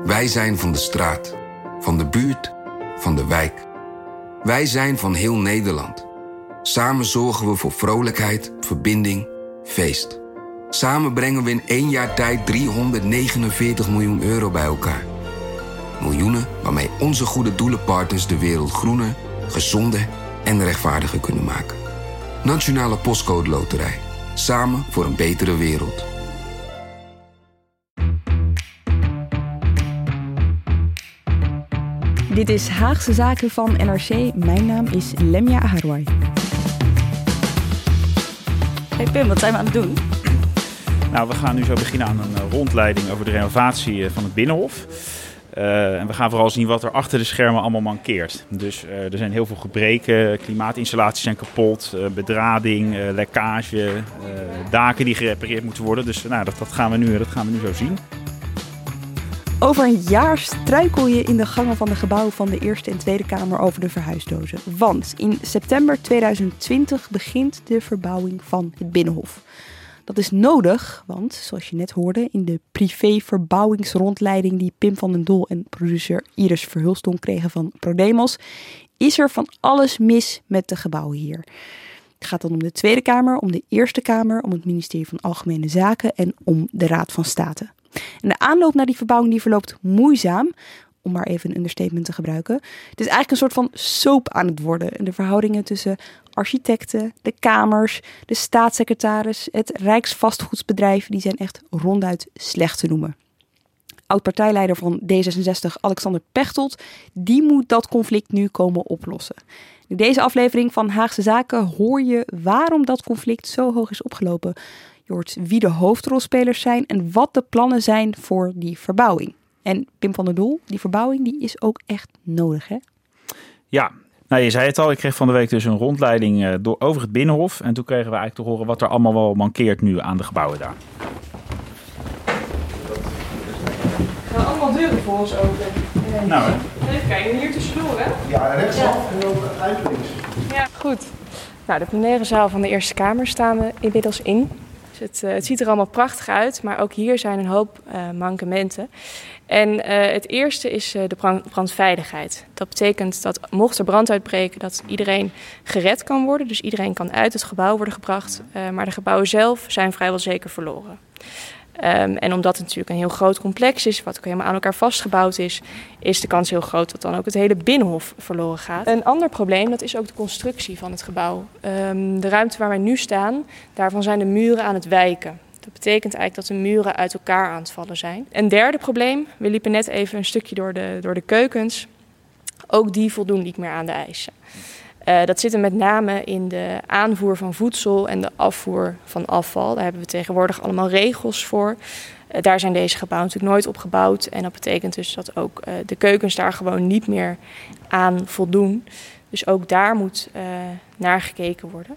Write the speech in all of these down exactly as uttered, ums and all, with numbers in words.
Wij zijn van de straat, van de buurt, van de wijk. Wij zijn van heel Nederland. Samen zorgen we voor vrolijkheid, verbinding, feest. Samen brengen we in één jaar tijd driehonderdnegenenveertig miljoen euro bij elkaar. Miljoenen waarmee onze goede doelenpartners de wereld groener, gezonder en rechtvaardiger kunnen maken. Nationale Postcode Loterij. Samen voor een betere wereld. Dit is Haagse Zaken van N R C. Mijn naam is Lemia Aharwai. Hey Pim, wat zijn we aan het doen? Nou, we gaan nu zo beginnen aan een rondleiding over de renovatie van het Binnenhof. Uh, en we gaan vooral zien wat er achter de schermen allemaal mankeert. Dus uh, er zijn heel veel gebreken, klimaatinstallaties zijn kapot, uh, bedrading, uh, lekkage, uh, daken die gerepareerd moeten worden. Dus uh, nou, dat, dat, gaan we nu, dat gaan we nu zo zien. Over een jaar struikel je in de gangen van de gebouwen van de Eerste en Tweede Kamer over de verhuisdozen. Want in september tweeduizend twintig begint de verbouwing van het Binnenhof. Dat is nodig, want zoals je net hoorde in de privé-verbouwingsrondleiding die Pim van den Doel en producer Iris Verhulston kregen van ProDemos, is er van alles mis met de gebouwen hier. Het gaat dan om de Tweede Kamer, om de Eerste Kamer, om het ministerie van Algemene Zaken en om de Raad van State. En de aanloop naar die verbouwing die verloopt moeizaam, om maar even een understatement te gebruiken. Het is eigenlijk een soort van soap aan het worden. En de verhoudingen tussen architecten, de kamers, de staatssecretaris, het Rijksvastgoedsbedrijf, die zijn echt ronduit slecht te noemen. Oud-partijleider van D zesenzestig, Alexander Pechtold, die moet dat conflict nu komen oplossen. In deze aflevering van Haagse Zaken hoor je waarom dat conflict zo hoog is opgelopen. Je hoort wie de hoofdrolspelers zijn en wat de plannen zijn voor die verbouwing. En Pim van den Doel, die verbouwing die is ook echt nodig, hè? Ja, nou je zei het al, ik kreeg van de week dus een rondleiding uh, door, over het Binnenhof. En toen kregen we eigenlijk te horen wat er allemaal wel mankeert nu aan de gebouwen daar. Er gaan allemaal deuren voor ons open. Nee. Nou hè? Even kijken, hier tussendoor hè? Ja, rechtsaf en ook uit links. Ja, goed. Nou, de plenaire zaal van de Eerste Kamer staan we inmiddels in. Dus het, uh, het ziet er allemaal prachtig uit, maar ook hier zijn een hoop uh, mankementen. En uh, het eerste is uh, de brand, brandveiligheid. Dat betekent dat mocht er brand uitbreken, dat iedereen gered kan worden. Dus iedereen kan uit het gebouw worden gebracht. Uh, maar de gebouwen zelf zijn vrijwel zeker verloren. Um, en omdat het natuurlijk een heel groot complex is, wat ook helemaal aan elkaar vastgebouwd is, is de kans heel groot dat dan ook het hele Binnenhof verloren gaat. Een ander probleem, dat is ook de constructie van het gebouw. Um, de ruimte waar wij nu staan, daarvan zijn de muren aan het wijken. Dat betekent eigenlijk dat de muren uit elkaar aan het vallen zijn. Een derde probleem, we liepen net even een stukje door de, door de keukens. Ook die voldoen niet meer aan de eisen. Uh, dat zit er met name in de aanvoer van voedsel en de afvoer van afval. Daar hebben we tegenwoordig allemaal regels voor. Uh, daar zijn deze gebouwen natuurlijk nooit op gebouwd. En dat betekent dus dat ook uh, de keukens daar gewoon niet meer aan voldoen. Dus ook daar moet uh, naar gekeken worden.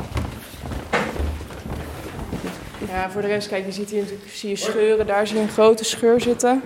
Ja, voor de rest, kijk, je ziet hier natuurlijk zie je scheuren. Daar zie je een grote scheur zitten.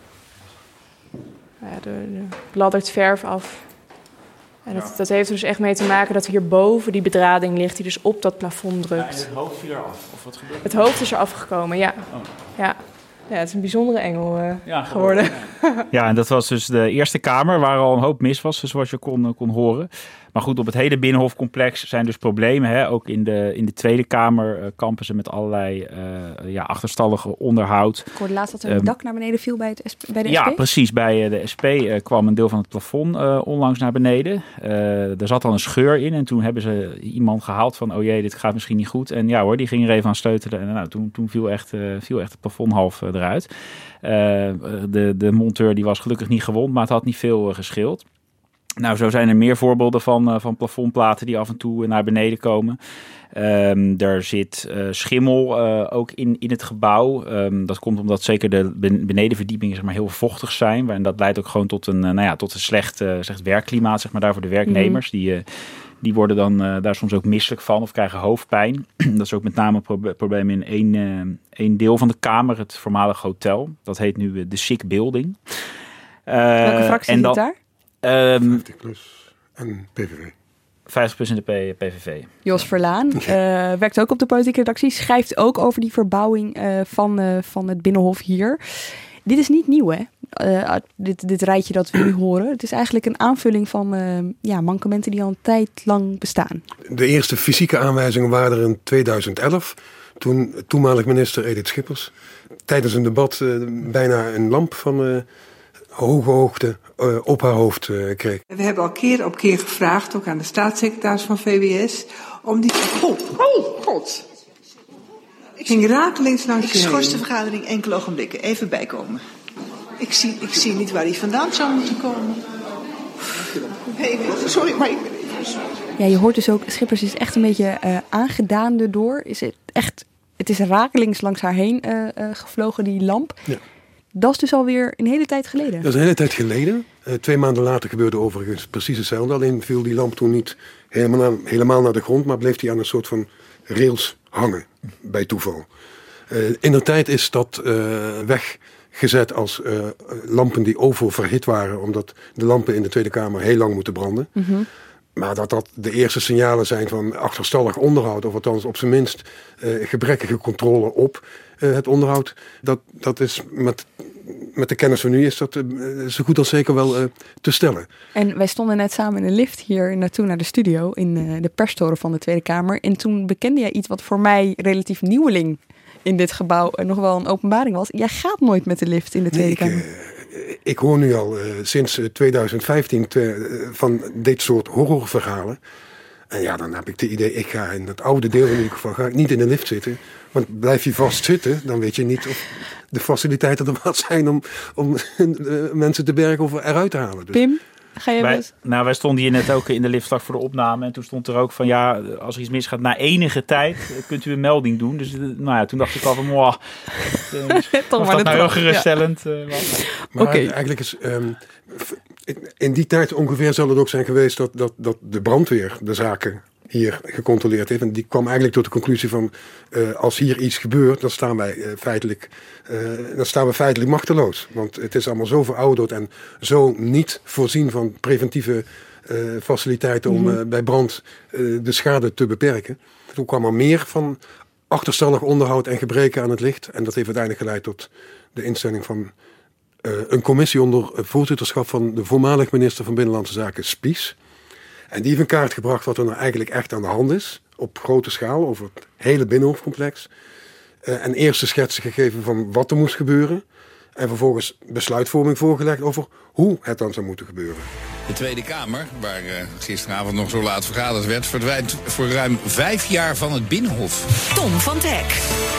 Ja, er bladdert verf af. En dat, dat heeft er dus echt mee te maken dat hierboven die bedrading ligt die dus op dat plafond drukt. Ja, en het hoofd viel eraf, of wat gebeurt er? Het hoofd is er afgekomen, ja. Oh. Ja. Ja, het is een bijzondere engel uh, ja, geworden. Ja. Ja, en dat was dus de Eerste Kamer, waar al een hoop mis was, zoals je kon, kon horen. Maar goed, op het hele Binnenhofcomplex zijn dus problemen. Hè? Ook in de, in de Tweede Kamer uh, kampen ze met allerlei uh, ja, achterstallige onderhoud. Ik hoorde laatst dat er een um, dak naar beneden viel bij, het, bij de ja, S P. Ja, precies. Bij uh, de S P uh, kwam een deel van het plafond uh, onlangs naar beneden. Uh, er zat al een scheur in en toen hebben ze iemand gehaald van, oh jee, dit gaat misschien niet goed. En ja hoor, die ging er even aan sleutelen. En nou, toen, toen viel, echt, uh, viel echt het plafond half uh, eruit. Uh, de, de monteur die was gelukkig niet gewond, maar het had niet veel uh, gescheeld. Nou, zo zijn er meer voorbeelden van, uh, van plafondplaten die af en toe naar beneden komen. Um, er zit uh, schimmel uh, ook in, in het gebouw. Um, dat komt omdat zeker de benedenverdiepingen zeg maar, heel vochtig zijn. En dat leidt ook gewoon tot een, uh, nou ja, tot een slecht, uh, slecht werkklimaat zeg maar, daar voor de werknemers. Mm. Die, uh, die worden dan uh, daar soms ook misselijk van of krijgen hoofdpijn. Dat is ook met name een proble- probleem in één, uh, één deel van de kamer, het voormalige hotel. Dat heet nu uh, de Sick Building. Uh, Welke fractie zit daar? Um, vijftig plus en P V V. vijftig plus in de P V V. Jos Verlaan uh, werkt ook op de politieke redactie. Schrijft ook over die verbouwing uh, van, uh, van het Binnenhof hier. Dit is niet nieuw, hè? Uh, dit, dit rijtje dat we nu horen. Het is eigenlijk een aanvulling van uh, ja, mankementen die al een tijd lang bestaan. De eerste fysieke aanwijzingen waren er in tweeduizend elf. Toen toenmalig minister Edith Schippers tijdens een debat uh, bijna een lamp van uh, hoge hoogte uh, op haar hoofd uh, kreeg. We hebben al keer op keer gevraagd, ook aan de staatssecretaris van V W S, om die... Oh, oh god! Ik ging rakelings langs Ik schors de vergadering enkele ogenblikken. Even bijkomen. Ik zie, ik zie niet waar die vandaan zou moeten komen. Hey, sorry, maar ik ben even... Ja, je hoort dus ook, Schippers is echt een beetje uh, aangedaan erdoor. Is het echt, het is rakelings langs haar heen uh, uh, gevlogen, die lamp. Ja. Dat is dus alweer een hele tijd geleden. Dat is een hele tijd geleden. Uh, twee maanden later gebeurde overigens precies hetzelfde. Alleen viel die lamp toen niet helemaal, naar, helemaal naar de grond, maar bleef die aan een soort van rails hangen, bij toeval. Uh, in de tijd is dat uh, weggezet als uh, lampen die oververhit waren, omdat de lampen in de Tweede Kamer heel lang moeten branden. Mm-hmm. Maar dat dat de eerste signalen zijn van achterstallig onderhoud, of althans op zijn minst uh, gebrekkige controle op uh, het onderhoud, dat, dat is met, met de kennis van nu is dat uh, zo goed als zeker wel uh, te stellen. En wij stonden net samen in de lift hier naartoe naar de studio in uh, de perstoren van de Tweede Kamer. En toen bekende jij iets wat voor mij relatief nieuweling in dit gebouw uh, nog wel een openbaring was. Jij gaat nooit met de lift in de Tweede nee, Kamer. Ik, uh, Ik hoor nu al uh, sinds uh, tweeduizend vijftien te, uh, van dit soort horrorverhalen. En ja, dan heb ik het idee, ik ga in het oude deel in ieder geval ga ik niet in de lift zitten. Want blijf je vast zitten, dan weet je niet of de faciliteiten er wat zijn om, om uh, mensen te bergen of eruit te halen. Dus. Pim? Ga je wij, nou, wij stonden hier net ook in de lift vlak voor de opname. En toen stond er ook van, ja, als er iets misgaat, na enige tijd kunt u een melding doen. Dus nou ja, toen dacht ik al van, wow, uh, of dat nou heel geruststellend ja. uh, was. Maar okay. eigenlijk is, um, in die tijd ongeveer zal het ook zijn geweest dat, dat, dat de brandweer de zaken hier gecontroleerd heeft. En die kwam eigenlijk tot de conclusie van, uh, als hier iets gebeurt, dan staan wij uh, feitelijk, uh, dan staan we feitelijk machteloos. Want het is allemaal zo verouderd en zo niet voorzien van preventieve uh, faciliteiten om uh, bij brand uh, de schade te beperken. Toen kwam er meer van achterstallig onderhoud en gebreken aan het licht. En dat heeft uiteindelijk geleid tot de instelling van uh, een commissie onder voorzitterschap van de voormalig minister van Binnenlandse Zaken, Spies. En die heeft in kaart gebracht wat er nou eigenlijk echt aan de hand is. Op grote schaal, over het hele Binnenhofcomplex. Uh, en eerste schetsen gegeven van wat er moest gebeuren. En vervolgens besluitvorming voorgelegd over hoe het dan zou moeten gebeuren. De Tweede Kamer, waar uh, gisteravond nog zo laat vergaderd werd, verdwijnt voor ruim vijf jaar van het Binnenhof. Tom van Teck.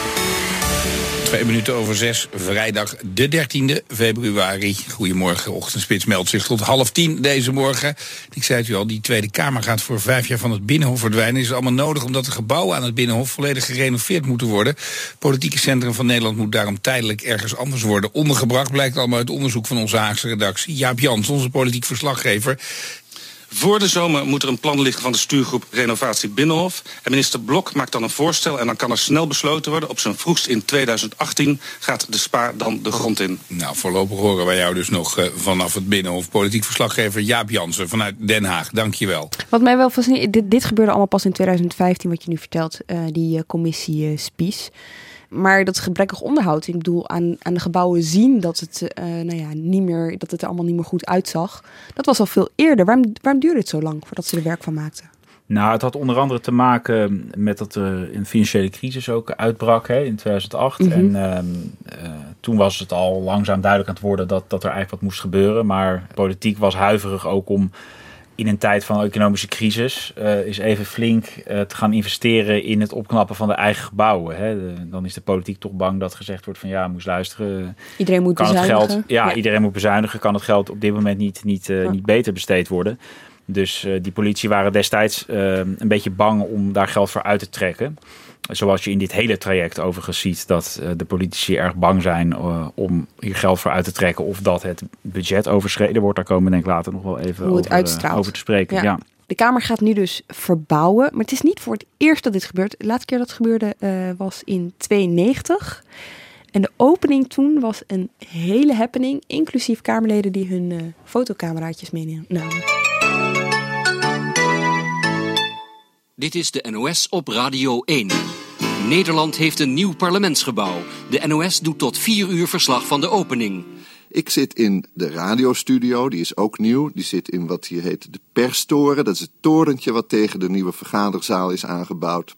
Twee minuten over zes, vrijdag de dertiende februari. Goedemorgen, Ochtendspits meldt zich tot half tien deze morgen. Ik zei het u al, die Tweede Kamer gaat voor vijf jaar van het Binnenhof verdwijnen. Is allemaal nodig omdat de gebouwen aan het Binnenhof volledig gerenoveerd moeten worden. Het politieke centrum van Nederland moet daarom tijdelijk ergens anders worden ondergebracht. Blijkt allemaal uit onderzoek van onze Haagse redactie. Jaap Jans, onze politiek verslaggever. Voor de zomer moet er een plan liggen van de stuurgroep Renovatie Binnenhof. En minister Blok maakt dan een voorstel en dan kan er snel besloten worden. Op zijn vroegst in tweeduizend achttien gaat de Spa dan de grond in. Nou, voorlopig horen wij jou dus nog uh, vanaf het Binnenhof. Politiek verslaggever Jaap Jansen vanuit Den Haag. Dank je wel. Wat mij wel fascineert, dit, dit gebeurde allemaal pas in tweeduizend vijftien, wat je nu vertelt, uh, die uh, commissie uh, Spies. Maar dat gebrekkig onderhoud, ik bedoel, aan, aan de gebouwen zien dat het, uh, nou ja, niet meer, dat het er allemaal niet meer goed uitzag. Dat was al veel eerder. Waarom, waarom duurde het zo lang voordat ze er werk van maakten? Nou, het had onder andere te maken met dat er een financiële crisis ook uitbrak hè, in tweeduizend acht. Mm-hmm. En uh, uh, toen was het al langzaam duidelijk aan het worden dat, dat er eigenlijk wat moest gebeuren. Maar politiek was huiverig ook om in een tijd van economische crisis uh, is even flink uh, te gaan investeren in het opknappen van de eigen gebouwen. Hè. De, dan is de politiek toch bang dat gezegd wordt van ja, moest luisteren. Iedereen moet kan bezuinigen. Het geld, ja, ja, iedereen moet bezuinigen. Kan het geld op dit moment niet, niet, uh, ja. niet beter besteed worden. Dus uh, die politici waren destijds uh, een beetje bang om daar geld voor uit te trekken. Zoals je in dit hele traject overigens ziet dat uh, de politici erg bang zijn uh, om hier geld voor uit te trekken. Of dat het budget overschreden wordt. Daar komen we denk ik later nog wel even over, uh, over te spreken. Ja. Ja. De Kamer gaat nu dus verbouwen. Maar het is niet voor het eerst dat dit gebeurt. De laatste keer dat het gebeurde uh, was in tweeënnegentig. En de opening toen was een hele happening. Inclusief Kamerleden die hun uh, fotocameraatjes meenamen. Dit is de N O S op Radio één. Nederland heeft een nieuw parlementsgebouw. De N O S doet tot vier uur verslag van de opening. Ik zit in de radiostudio, die is ook nieuw. Die zit in wat hier heet de perstoren. Dat is het torentje wat tegen de nieuwe vergaderzaal is aangebouwd.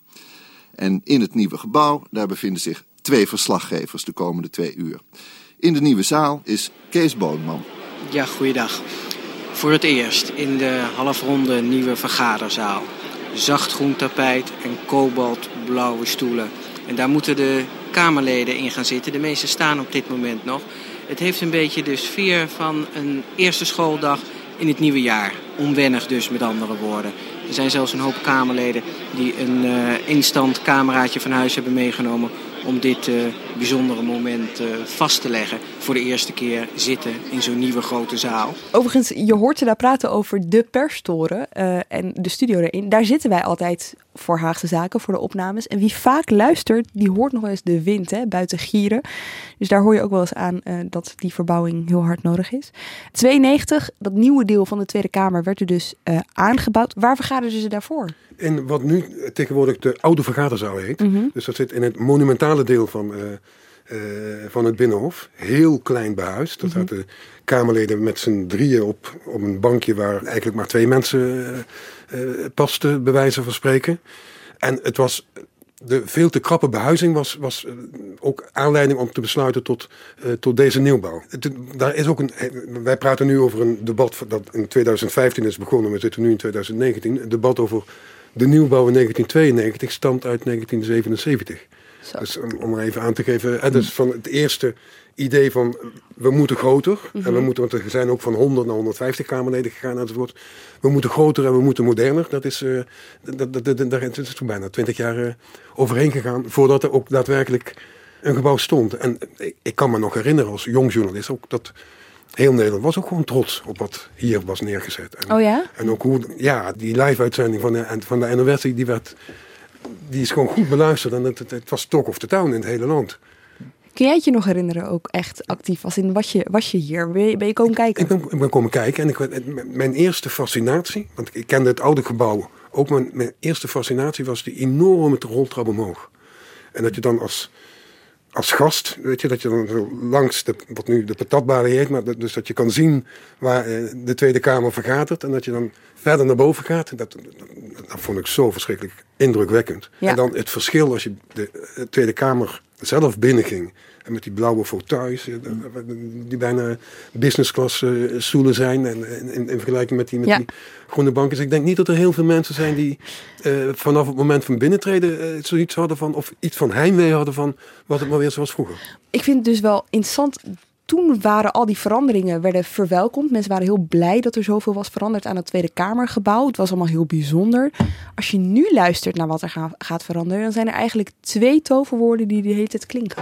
En in het nieuwe gebouw, daar bevinden zich twee verslaggevers de komende twee uur. In de nieuwe zaal is Kees Boonman. Ja, goeiedag. Voor het eerst in de halfronde nieuwe vergaderzaal. Zacht groen tapijt en kobaltblauwe stoelen. En daar moeten de Kamerleden in gaan zitten. De meeste staan op dit moment nog. Het heeft een beetje de sfeer van een eerste schooldag in het nieuwe jaar. Onwennig dus, met andere woorden. Er zijn zelfs een hoop Kamerleden die een uh, instant cameraatje van huis hebben meegenomen om dit uh, bijzondere moment uh, vast te leggen. Voor de eerste keer zitten in zo'n nieuwe grote zaal. Overigens, je hoort ze daar praten over de perstoren uh, en de studio erin. Daar zitten wij altijd voor Haagse Zaken, voor de opnames. En wie vaak luistert, die hoort nog wel eens de wind hè, buiten gieren. Dus daar hoor je ook wel eens aan uh, dat die verbouwing heel hard nodig is. tweeënnegentig, dat nieuwe deel van de Tweede Kamer, werd er dus uh, aangebouwd. Waar vergaderden ze daarvoor? In wat nu tegenwoordig de oude vergaderzaal heet. Mm-hmm. Dus dat zit in het monumentale deel van, uh, uh, van het Binnenhof. Heel klein behuisd. Daar Mm-hmm. zaten Kamerleden met z'n drieën op, op een bankje waar eigenlijk maar twee mensen uh, uh, pasten, bij wijze van spreken. En het was... De veel te krappe behuizing was, was uh, ook aanleiding om te besluiten tot, uh, tot deze nieuwbouw. Het, daar is ook een, wij praten nu over een debat dat in twintig vijftien is begonnen. We zitten nu in twintig negentien. Een debat over de nieuwbouw in negentien tweeënnegentig stamt uit negentien zevenenzeventig. Zo. Dus om, om er even aan te geven. Het is van het eerste idee van we moeten groter. Mm-hmm. En we moeten, want er zijn ook van honderd naar honderdvijftig Kamerleden gegaan enzovoort. We moeten groter en we moeten moderner. Dat is, uh, dat, dat, dat, dat, dat is toen bijna twintig jaar uh, overheen gegaan voordat er ook daadwerkelijk een gebouw stond. En ik, ik kan me nog herinneren als jong journalist ook dat heel Nederland was ook gewoon trots op wat hier was neergezet. En, oh ja? En ook hoe, ja, die live-uitzending van de, van de N O S, die, werd, die is gewoon goed beluisterd. En het, het, het was talk of the town in het hele land. Kun jij het je nog herinneren ook echt actief? Als in, was je, was je hier? Ben je, ben je komen kijken? Ik ben, ik ben komen kijken en ik, mijn eerste fascinatie, want ik kende het oude gebouw, ook mijn, mijn eerste fascinatie was die enorme roltrap omhoog. En dat je dan als, als gast, weet je, dat je dan zo langs de, wat nu de patatbalie heet, maar dat, dus dat je kan zien waar eh, de Tweede Kamer vergadert en dat je dan verder naar boven gaat. Dat, dat, dat vond ik zo verschrikkelijk indrukwekkend. Ja. En dan het verschil als je de, de Tweede Kamer zelf binnenging. En met die blauwe fauteuils, die bijna business class stoelen zijn. En in, in vergelijking met die, met ja. die groene banken. Dus ik denk niet dat er heel veel mensen zijn die uh, vanaf het moment van binnentreden uh, zoiets hadden van, of iets van heimwee hadden van wat het maar weer zoals vroeger. Ik vind het dus wel interessant. Toen waren al die veranderingen werden verwelkomd. Mensen waren heel blij dat er zoveel was veranderd aan het Tweede Kamergebouw. Het was allemaal heel bijzonder. Als je nu luistert naar wat er ga, gaat veranderen, dan zijn er eigenlijk twee toverwoorden die de hele tijd klinken.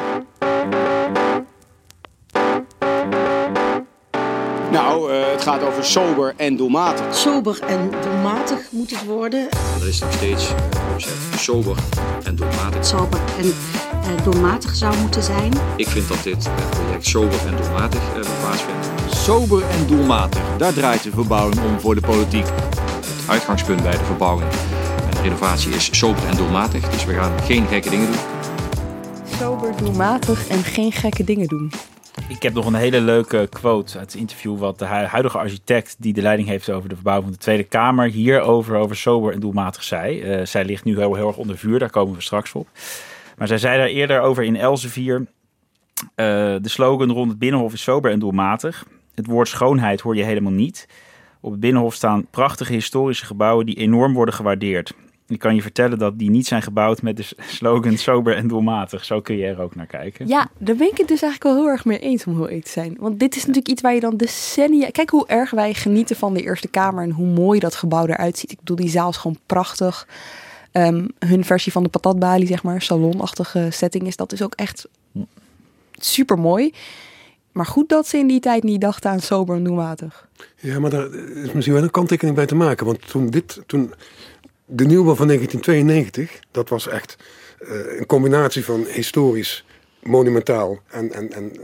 Nou, uh, het gaat over sober en doelmatig. Sober en doelmatig moet het worden. Er is nog steeds uh, sober en doelmatig. Sober en uh, doelmatig zou moeten zijn. Ik vind dat dit uh, project sober en doelmatig uh, plaatsvindt. Sober en doelmatig, daar draait de verbouwing om voor de politiek. Het uitgangspunt bij de verbouwing en de renovatie is sober en doelmatig. Dus we gaan geen gekke dingen doen. Sober, doelmatig en geen gekke dingen doen. Ik heb nog een hele leuke quote uit het interview wat de huidige architect die de leiding heeft over de verbouwing van de Tweede Kamer hierover over sober en doelmatig zei. Uh, zij ligt nu heel, heel erg onder vuur, daar komen we straks op. Maar zij zei daar eerder over in Elsevier. Uh, de slogan rond het Binnenhof is sober en doelmatig. Het woord schoonheid hoor je helemaal niet. Op het Binnenhof staan prachtige historische gebouwen die enorm worden gewaardeerd. Ik kan je vertellen dat die niet zijn gebouwd met de slogan sober en doelmatig. Zo kun je er ook naar kijken. Ja, daar ben ik het dus eigenlijk wel heel erg mee eens om heel eerlijk te zijn. Want dit is natuurlijk iets waar je dan decennia... Kijk hoe erg wij genieten van de Eerste Kamer en hoe mooi dat gebouw eruit ziet. Ik bedoel, die zaal is gewoon prachtig. Um, hun versie van de patatbalie, zeg maar, salonachtige setting is dat dus ook echt super mooi. Maar goed dat ze in die tijd niet dachten aan sober en doelmatig. Ja, maar daar is misschien wel een kanttekening bij te maken. Want toen dit... Toen de nieuwbouw van negentien tweeënnegentig, dat was echt uh, een combinatie van historisch, monumentaal en, en, en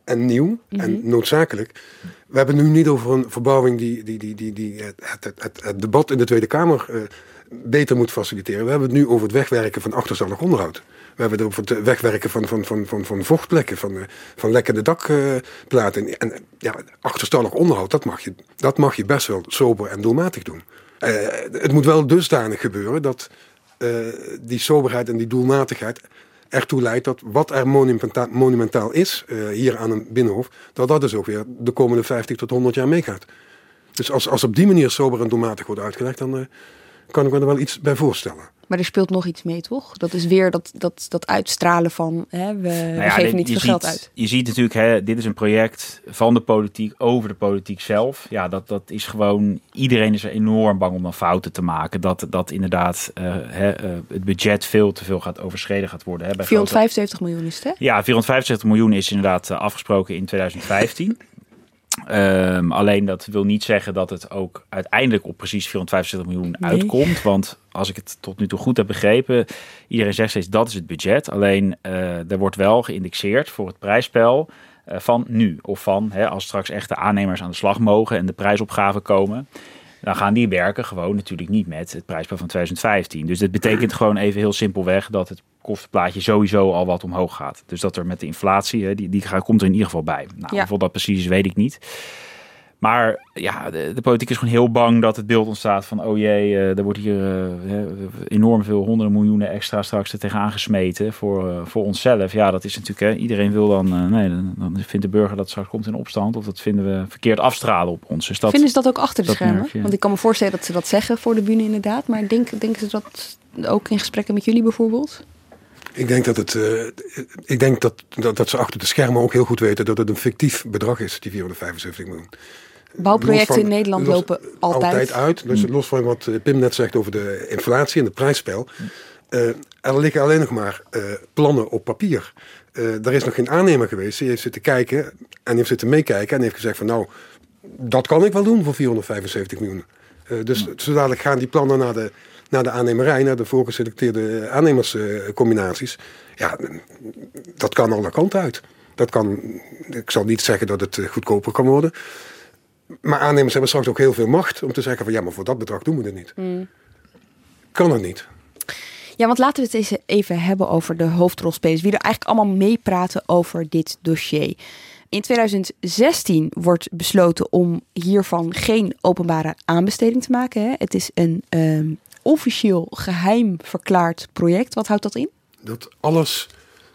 en nieuw mm-hmm. en noodzakelijk. We hebben het nu niet over een verbouwing die, die, die, die, die het, het, het, het debat in de Tweede Kamer uh, beter moet faciliteren. We hebben het nu over het wegwerken van achterstallig onderhoud. We hebben het over het wegwerken van, van, van, van, van vochtplekken, van, uh, van lekkende dakplaten. Uh, en ja, achterstallig onderhoud, dat mag, je, dat mag je best wel sober en doelmatig doen. Uh, het moet wel dusdanig gebeuren dat uh, die soberheid en die doelmatigheid ertoe leidt dat wat er monumenta- monumentaal is uh, hier aan een binnenhof, dat dat dus ook weer de komende vijftig tot honderd jaar meegaat. Dus als, als op die manier sober en doelmatig wordt uitgelegd, dan uh, kan ik me er wel iets bij voorstellen. Maar er speelt nog iets mee, toch? Dat is weer dat, dat, dat uitstralen van, hè, we, nou ja, we geven niet veel geld uit. Je ziet natuurlijk, hè, dit is een project van de politiek over de politiek zelf. Ja, dat, dat is gewoon, iedereen is er enorm bang om dan fouten te maken. Dat, dat inderdaad uh, hè, uh, het budget veel te veel gaat overschreden gaat worden. Hè, bij vierhonderdvijfenzeventig grote... miljoen is het, hè? Ja, vierhonderdvijfenzeventig miljoen is inderdaad uh, afgesproken in twintig vijftien. Um, alleen dat wil niet zeggen dat het ook uiteindelijk op precies vierhonderdvijfenzeventig miljoen nee. uitkomt. Want als ik het tot nu toe goed heb begrepen, iedereen zegt steeds dat is het budget. Alleen uh, er wordt wel geïndexeerd voor het prijsspel uh, van nu. Of van hè, als straks echte aannemers aan de slag mogen en de prijsopgaven komen. Dan gaan die werken gewoon natuurlijk niet met het prijsspel van twintig vijftien. Dus dat betekent gewoon even heel simpelweg dat het kostenplaatje sowieso al wat omhoog gaat. Dus dat er met de inflatie, die, die komt er in ieder geval bij. Nou, ja. Hoeveel dat precies is, weet ik niet. Maar ja, de, de politiek is gewoon heel bang dat het beeld ontstaat van oh jee, uh, er wordt hier uh, enorm veel honderden miljoenen extra straks er tegenaan gesmeten voor, uh, voor onszelf. Ja, dat is natuurlijk, hè, iedereen wil dan, uh, nee, dan, dan vindt de burger dat straks komt in opstand of dat vinden we verkeerd afstralen op ons. Dus dat, vinden ze dat ook achter de schermen? Merk, ja. Want ik kan me voorstellen dat ze dat zeggen voor de bühne inderdaad, maar denk, denken ze dat ook in gesprekken met jullie bijvoorbeeld? Ik denk dat het, uh, ik denk dat, dat, dat ze achter de schermen ook heel goed weten dat het een fictief bedrag is, die vierhonderdvijfenzeventig miljoen. Bouwprojecten van, in Nederland los, lopen altijd. altijd uit. Dus los van wat Pim net zegt over de inflatie en de prijsspel. Uh, er liggen alleen nog maar uh, plannen op papier. Uh, er is nog geen aannemer geweest. Die heeft zitten kijken en heeft zitten meekijken en heeft gezegd van nou, dat kan ik wel doen voor vierhonderdvijfenzeventig miljoen. Uh, dus ja. zo dadelijk gaan die plannen naar de, naar de aannemerij, naar de voorgeselecteerde aannemerscombinaties. Uh, ja, dat kan alle kanten uit. Dat kan, ik zal niet zeggen dat het goedkoper kan worden. Maar aannemers hebben straks ook heel veel macht om te zeggen van ja, maar voor dat bedrag doen we het niet. Mm. Kan het niet. Ja, want laten we het eens even hebben over de hoofdrolspelers. Wie er eigenlijk allemaal meepraten over dit dossier. In twintig zestien wordt besloten om hiervan geen openbare aanbesteding te maken. Hè. Het is een um, officieel geheim verklaard project. Wat houdt dat in? Dat alles,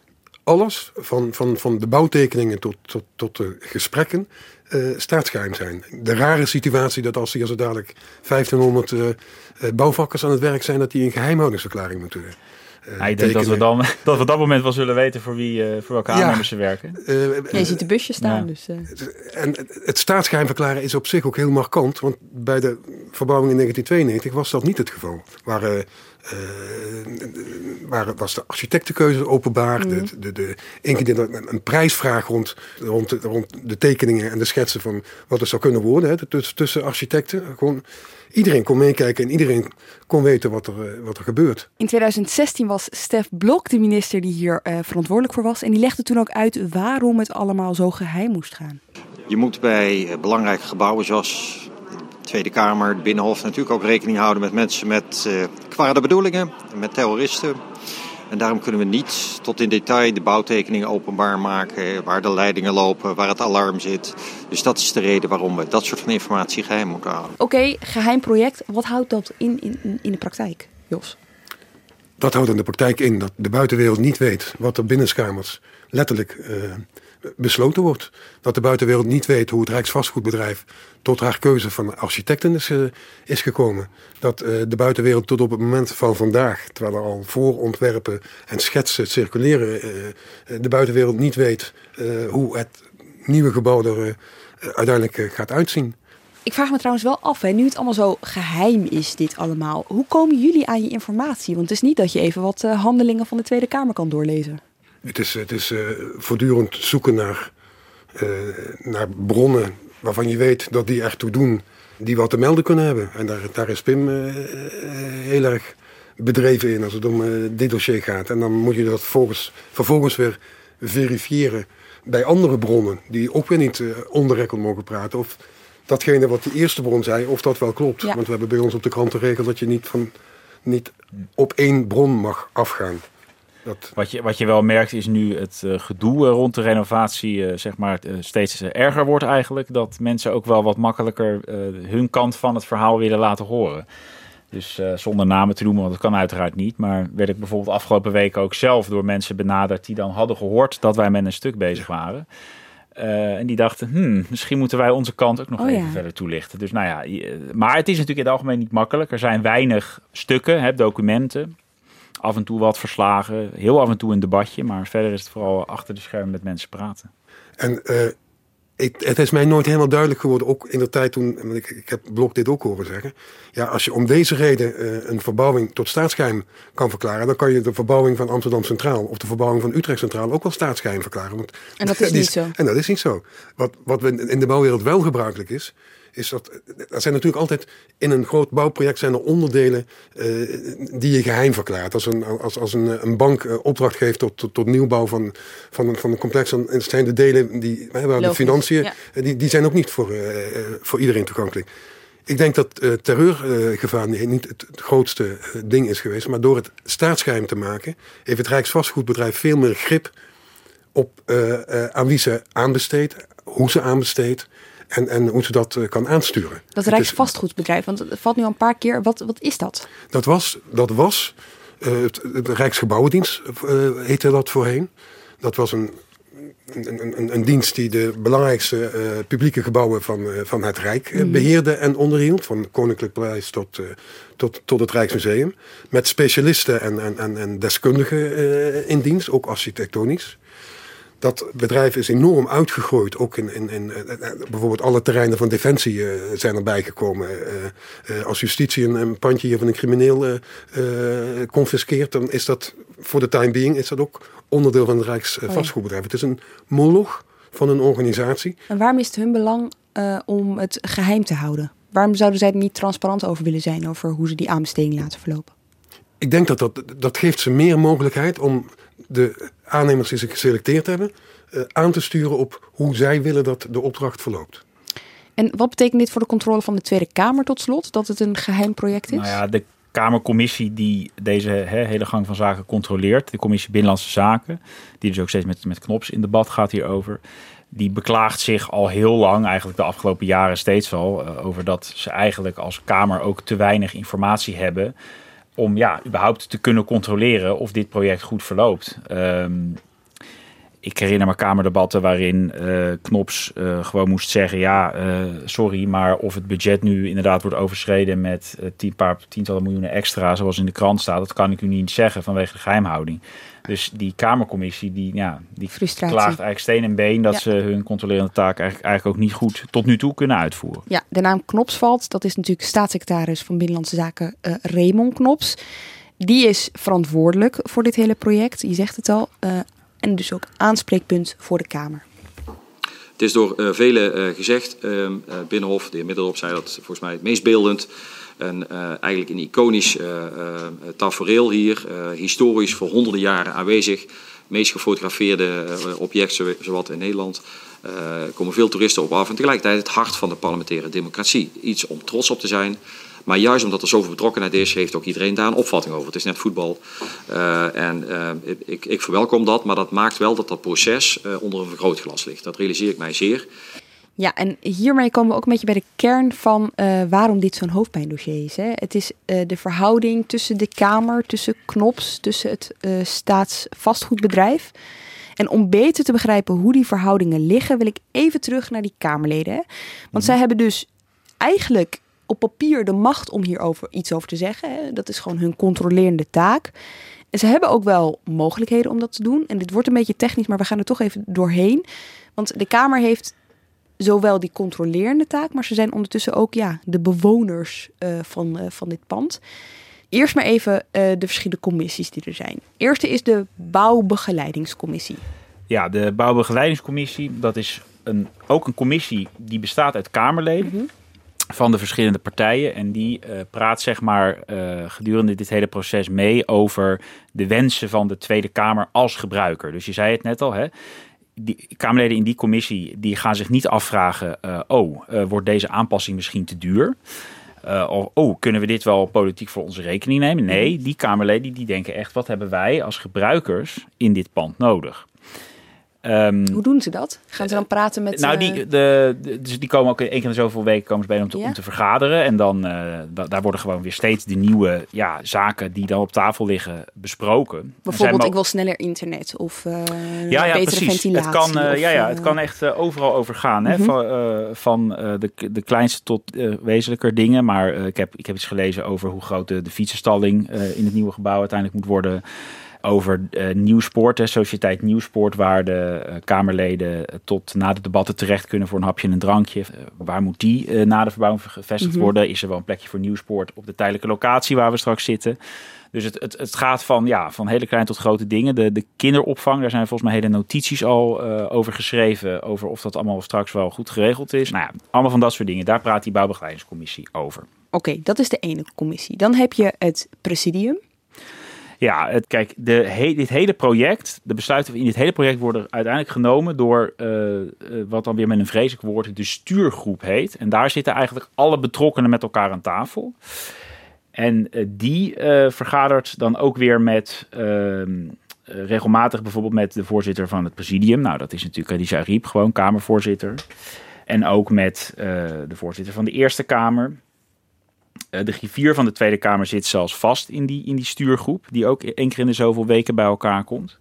alles van, van, van de bouwtekeningen tot, tot, tot de gesprekken Uh, staatsgeheim zijn. De rare situatie dat als hier zo dadelijk vijftienhonderd uh, uh, bouwvakkers aan het werk zijn, dat die een geheimhoudingsverklaring moeten uh, ja, ik denk dat we, dan, dat we op dat moment wel zullen weten voor, wie, uh, voor welke aannemers ja, ze werken. Uh, ja, je ziet de busjes staan. Ja. Dus, uh. En het staatsgeheim verklaren is op zich ook heel markant, want bij de verbouwing in negentien tweeënnegentig was dat niet het geval. Waar, uh, uh, waar was de architectenkeuze openbaar, mm. de, de, de, de, een prijsvraag rond, rond, rond de tekeningen en de schetsen van wat het zou kunnen worden, hè, tussen, tussen architecten. Gewoon, iedereen kon meekijken en iedereen kon weten wat er, wat er gebeurt. In twintig zestien was Stef Blok de minister die hier uh, verantwoordelijk voor was. En die legde toen ook uit waarom het allemaal zo geheim moest gaan. Je moet bij belangrijke gebouwen zoals de Tweede Kamer, het Binnenhof natuurlijk ook rekening houden met mensen met uh, kwade bedoelingen, met terroristen. En daarom kunnen we niet tot in detail de bouwtekeningen openbaar maken, waar de leidingen lopen, waar het alarm zit. Dus dat is de reden waarom we dat soort van informatie geheim moeten houden. Oké, okay, geheim project. Wat houdt dat in, in, in de praktijk, Jos? Dat houdt in de praktijk in dat de buitenwereld niet weet wat er binnenskamers letterlijk uh, besloten wordt. Dat de buitenwereld niet weet hoe het Rijksvastgoedbedrijf tot haar keuze van architecten is, uh, is gekomen. Dat uh, de buitenwereld tot op het moment van vandaag, terwijl er al voorontwerpen en schetsen circuleren, uh, de buitenwereld niet weet uh, hoe het nieuwe gebouw er uh, uiteindelijk uh, gaat uitzien. Ik vraag me trouwens wel af, hè, nu het allemaal zo geheim is, dit allemaal. Hoe komen jullie aan je informatie? Want het is niet dat je even wat uh, handelingen van de Tweede Kamer kan doorlezen. Het is, het is uh, voortdurend zoeken naar, uh, naar bronnen waarvan je weet dat die ertoe doen, die wat te melden kunnen hebben. En daar, daar is Pim uh, heel erg bedreven in als het om uh, dit dossier gaat. En dan moet je dat vervolgens, vervolgens weer verifiëren bij andere bronnen, die ook weer niet uh, onder record mogen praten, of datgene wat de eerste bron zei, of dat wel klopt. Ja. Want we hebben bij ons op de krant de regel dat je niet, van, niet op één bron mag afgaan. Dat... Wat, je, wat je wel merkt is nu het uh, gedoe uh, rond de renovatie uh, zeg maar, uh, steeds uh, erger wordt eigenlijk. Dat mensen ook wel wat makkelijker uh, hun kant van het verhaal willen laten horen. Dus uh, zonder namen te noemen, want dat kan uiteraard niet. Maar werd ik bijvoorbeeld afgelopen weken ook zelf door mensen benaderd die dan hadden gehoord dat wij met een stuk bezig waren. Uh, en die dachten, hmm, misschien moeten wij onze kant ook nog oh, even ja. verder toelichten. Dus nou ja, uh, maar het is natuurlijk in het algemeen niet makkelijk. Er zijn weinig stukken, hè, documenten. Af en toe wat verslagen, heel af en toe een debatje. Maar verder is het vooral achter de schermen met mensen praten. En uh, ik, het is mij nooit helemaal duidelijk geworden, ook in de tijd toen, ik, ik heb Blok dit ook horen zeggen. Ja, als je om deze reden uh, een verbouwing tot staatsgeheim kan verklaren, dan kan je de verbouwing van Amsterdam Centraal of de verbouwing van Utrecht Centraal ook wel staatsgeheim verklaren. Want en dat is die, niet zo. En dat is niet zo. Wat, wat in de bouwwereld wel gebruikelijk is, is dat er zijn natuurlijk altijd in een groot bouwproject zijn er onderdelen uh, die je geheim verklaart. Als een, als, als een, een bank uh, opdracht geeft tot, tot, tot nieuwbouw van, van, van een complex, dan zijn de delen die waar de financiën, ja. die, die zijn ook niet voor, uh, voor iedereen toegankelijk. Ik denk dat uh, terreurgevaar uh, niet het, het grootste uh, ding is geweest, maar door het staatsgeheim te maken, heeft het Rijksvastgoedbedrijf veel meer grip op uh, uh, aan wie ze aanbesteedt, hoe ze aanbesteedt. En, en hoe ze dat uh, kan aansturen. Dat Rijksvastgoedbedrijf, want het valt nu al een paar keer. Wat, wat is dat? Dat was, dat was uh, het, de Rijksgebouwendienst, uh, heette dat voorheen. Dat was een, een, een, een dienst die de belangrijkste uh, publieke gebouwen van, uh, van het Rijk uh, beheerde en onderhield. Van Koninklijk Paleis tot, uh, tot, tot het Rijksmuseum. Met specialisten en, en, en, en deskundigen uh, in dienst, ook architectonisch. Dat bedrijf is enorm uitgegroeid. Ook in, in, in uh, bijvoorbeeld alle terreinen van Defensie uh, zijn erbij gekomen. Uh, uh, als justitie een, een pandje hier van een crimineel uh, uh, confiskeert, dan is dat voor de time being is dat ook onderdeel van het Rijksvastgoedbedrijf. Uh, oh ja. Het is een moloch van een organisatie. En waarom is het hun belang uh, om het geheim te houden? Waarom zouden zij er niet transparant over willen zijn over hoe ze die aanbesteding laten verlopen? Ik denk dat dat, dat geeft ze meer mogelijkheid om de aannemers die ze geselecteerd hebben uh, aan te sturen op hoe zij willen dat de opdracht verloopt. En wat betekent dit voor de controle van de Tweede Kamer tot slot? Dat het een geheim project is? Nou ja, de Kamercommissie die deze he, hele gang van zaken controleert, de Commissie Binnenlandse Zaken, die dus ook steeds met, met Knops in debat gaat hierover, die beklaagt zich al heel lang, eigenlijk de afgelopen jaren steeds al, uh, over dat ze eigenlijk als Kamer ook te weinig informatie hebben om ja, überhaupt te kunnen controleren of dit project goed verloopt. Um, ik herinner me kamerdebatten waarin uh, Knops uh, gewoon moest zeggen, ja, uh, sorry, maar of het budget nu inderdaad wordt overschreden met uh, tien paar tientallen miljoenen extra, zoals in de krant staat, dat kan ik u niet zeggen vanwege de geheimhouding. Dus die Kamercommissie, die, ja, die klaagt eigenlijk steen en been dat ja. ze hun controlerende taak eigenlijk, eigenlijk ook niet goed tot nu toe kunnen uitvoeren. Ja, de naam Knops valt. Dat is natuurlijk staatssecretaris van Binnenlandse Zaken uh, Raymond Knops. Die is verantwoordelijk voor dit hele project, je zegt het al. Uh, en dus ook aanspreekpunt voor de Kamer. Het is door uh, velen uh, gezegd, uh, uh, Binnenhof, de heer Middelhoff zei dat volgens mij het meest beeldend. En uh, eigenlijk een iconisch uh, uh, tafereel hier, uh, historisch voor honderden jaren aanwezig. Het meest gefotografeerde uh, object zowat in Nederland. Er uh, komen veel toeristen op af en tegelijkertijd het hart van de parlementaire democratie. Iets om trots op te zijn. Maar juist omdat er zoveel betrokkenheid is, heeft ook iedereen daar een opvatting over. Het is net voetbal. Uh, en uh, ik, ik verwelkom dat, maar dat maakt wel dat dat proces uh, onder een vergrootglas ligt. Dat realiseer ik mij zeer. Ja, en hiermee komen we ook een beetje bij de kern van uh, waarom dit zo'n hoofdpijndossier is. Hè. Het is uh, de verhouding tussen de Kamer, tussen Knops, tussen het uh, staatsvastgoedbedrijf. En om beter te begrijpen hoe die verhoudingen liggen, wil ik even terug naar die Kamerleden. Hè. Want mm-hmm. zij hebben dus eigenlijk op papier de macht om hierover iets over te zeggen. Hè. Dat is gewoon hun controlerende taak. En ze hebben ook wel mogelijkheden om dat te doen. En dit wordt een beetje technisch, maar we gaan er toch even doorheen. Want de Kamer heeft zowel die controlerende taak, maar ze zijn ondertussen ook ja, de bewoners uh, van, uh, van dit pand. Eerst maar even uh, de verschillende commissies die er zijn. Eerste is de Bouwbegeleidingscommissie. Ja, de Bouwbegeleidingscommissie, dat is een, ook een commissie die bestaat uit Kamerleden mm-hmm. van de verschillende partijen. En die uh, praat zeg maar uh, gedurende dit hele proces mee over de wensen van de Tweede Kamer als gebruiker. Dus je zei het net al, hè. die Kamerleden in die commissie die gaan zich niet afvragen... Uh, oh, uh, wordt deze aanpassing misschien te duur? Uh, of, oh, kunnen we dit wel politiek voor onze rekening nemen? Nee, die Kamerleden die denken echt... wat hebben wij als gebruikers in dit pand nodig? Um, Hoe doen ze dat? Gaan ze dan praten met... Nou, die, de, de, dus die komen ook één keer in de zoveel weken komen ze bijeen om te, ja? om te vergaderen. En dan uh, da, daar worden gewoon weer steeds de nieuwe ja, zaken die dan op tafel liggen besproken. Bijvoorbeeld, ik wil sneller internet of uh, ja, ja, betere precies. ventilatie. Het kan, uh, of, ja, ja, het kan echt uh, overal over gaan. Hè? Mm-hmm. Van, uh, van uh, de, de kleinste tot uh, wezenlijker dingen. Maar uh, ik, heb, ik heb iets gelezen over hoe groot de, de fietsenstalling uh, in het nieuwe gebouw uiteindelijk moet worden... Over uh, Nieuwspoort, de Sociëteit Nieuwspoort, waar de uh, Kamerleden uh, tot na de debatten terecht kunnen voor een hapje en een drankje. Uh, waar moet die uh, na de verbouwing gevestigd mm-hmm. worden? Is er wel een plekje voor Nieuwspoort op de tijdelijke locatie waar we straks zitten? Dus het, het, het gaat van, ja, van hele kleine tot grote dingen. De, de kinderopvang, daar zijn volgens mij hele notities al uh, over geschreven. Over of dat allemaal straks wel goed geregeld is. Nou ja, allemaal van dat soort dingen. Daar praat die bouwbegeleidingscommissie over. Oké, okay, dat is de ene commissie. Dan heb je het presidium. Ja, het, kijk, de, he, dit hele project, de besluiten in dit hele project worden uiteindelijk genomen door uh, uh, wat dan weer met een vreselijk woord de stuurgroep heet. En daar zitten eigenlijk alle betrokkenen met elkaar aan tafel. En uh, die uh, vergadert dan ook weer met uh, regelmatig bijvoorbeeld met de voorzitter van het presidium. Nou, dat is natuurlijk Khadija Arib, gewoon Kamervoorzitter. En ook met uh, de voorzitter van de Eerste Kamer. Uh, de griffier van de Tweede Kamer zit zelfs vast in die, in die stuurgroep, die ook één keer in de zoveel weken bij elkaar komt.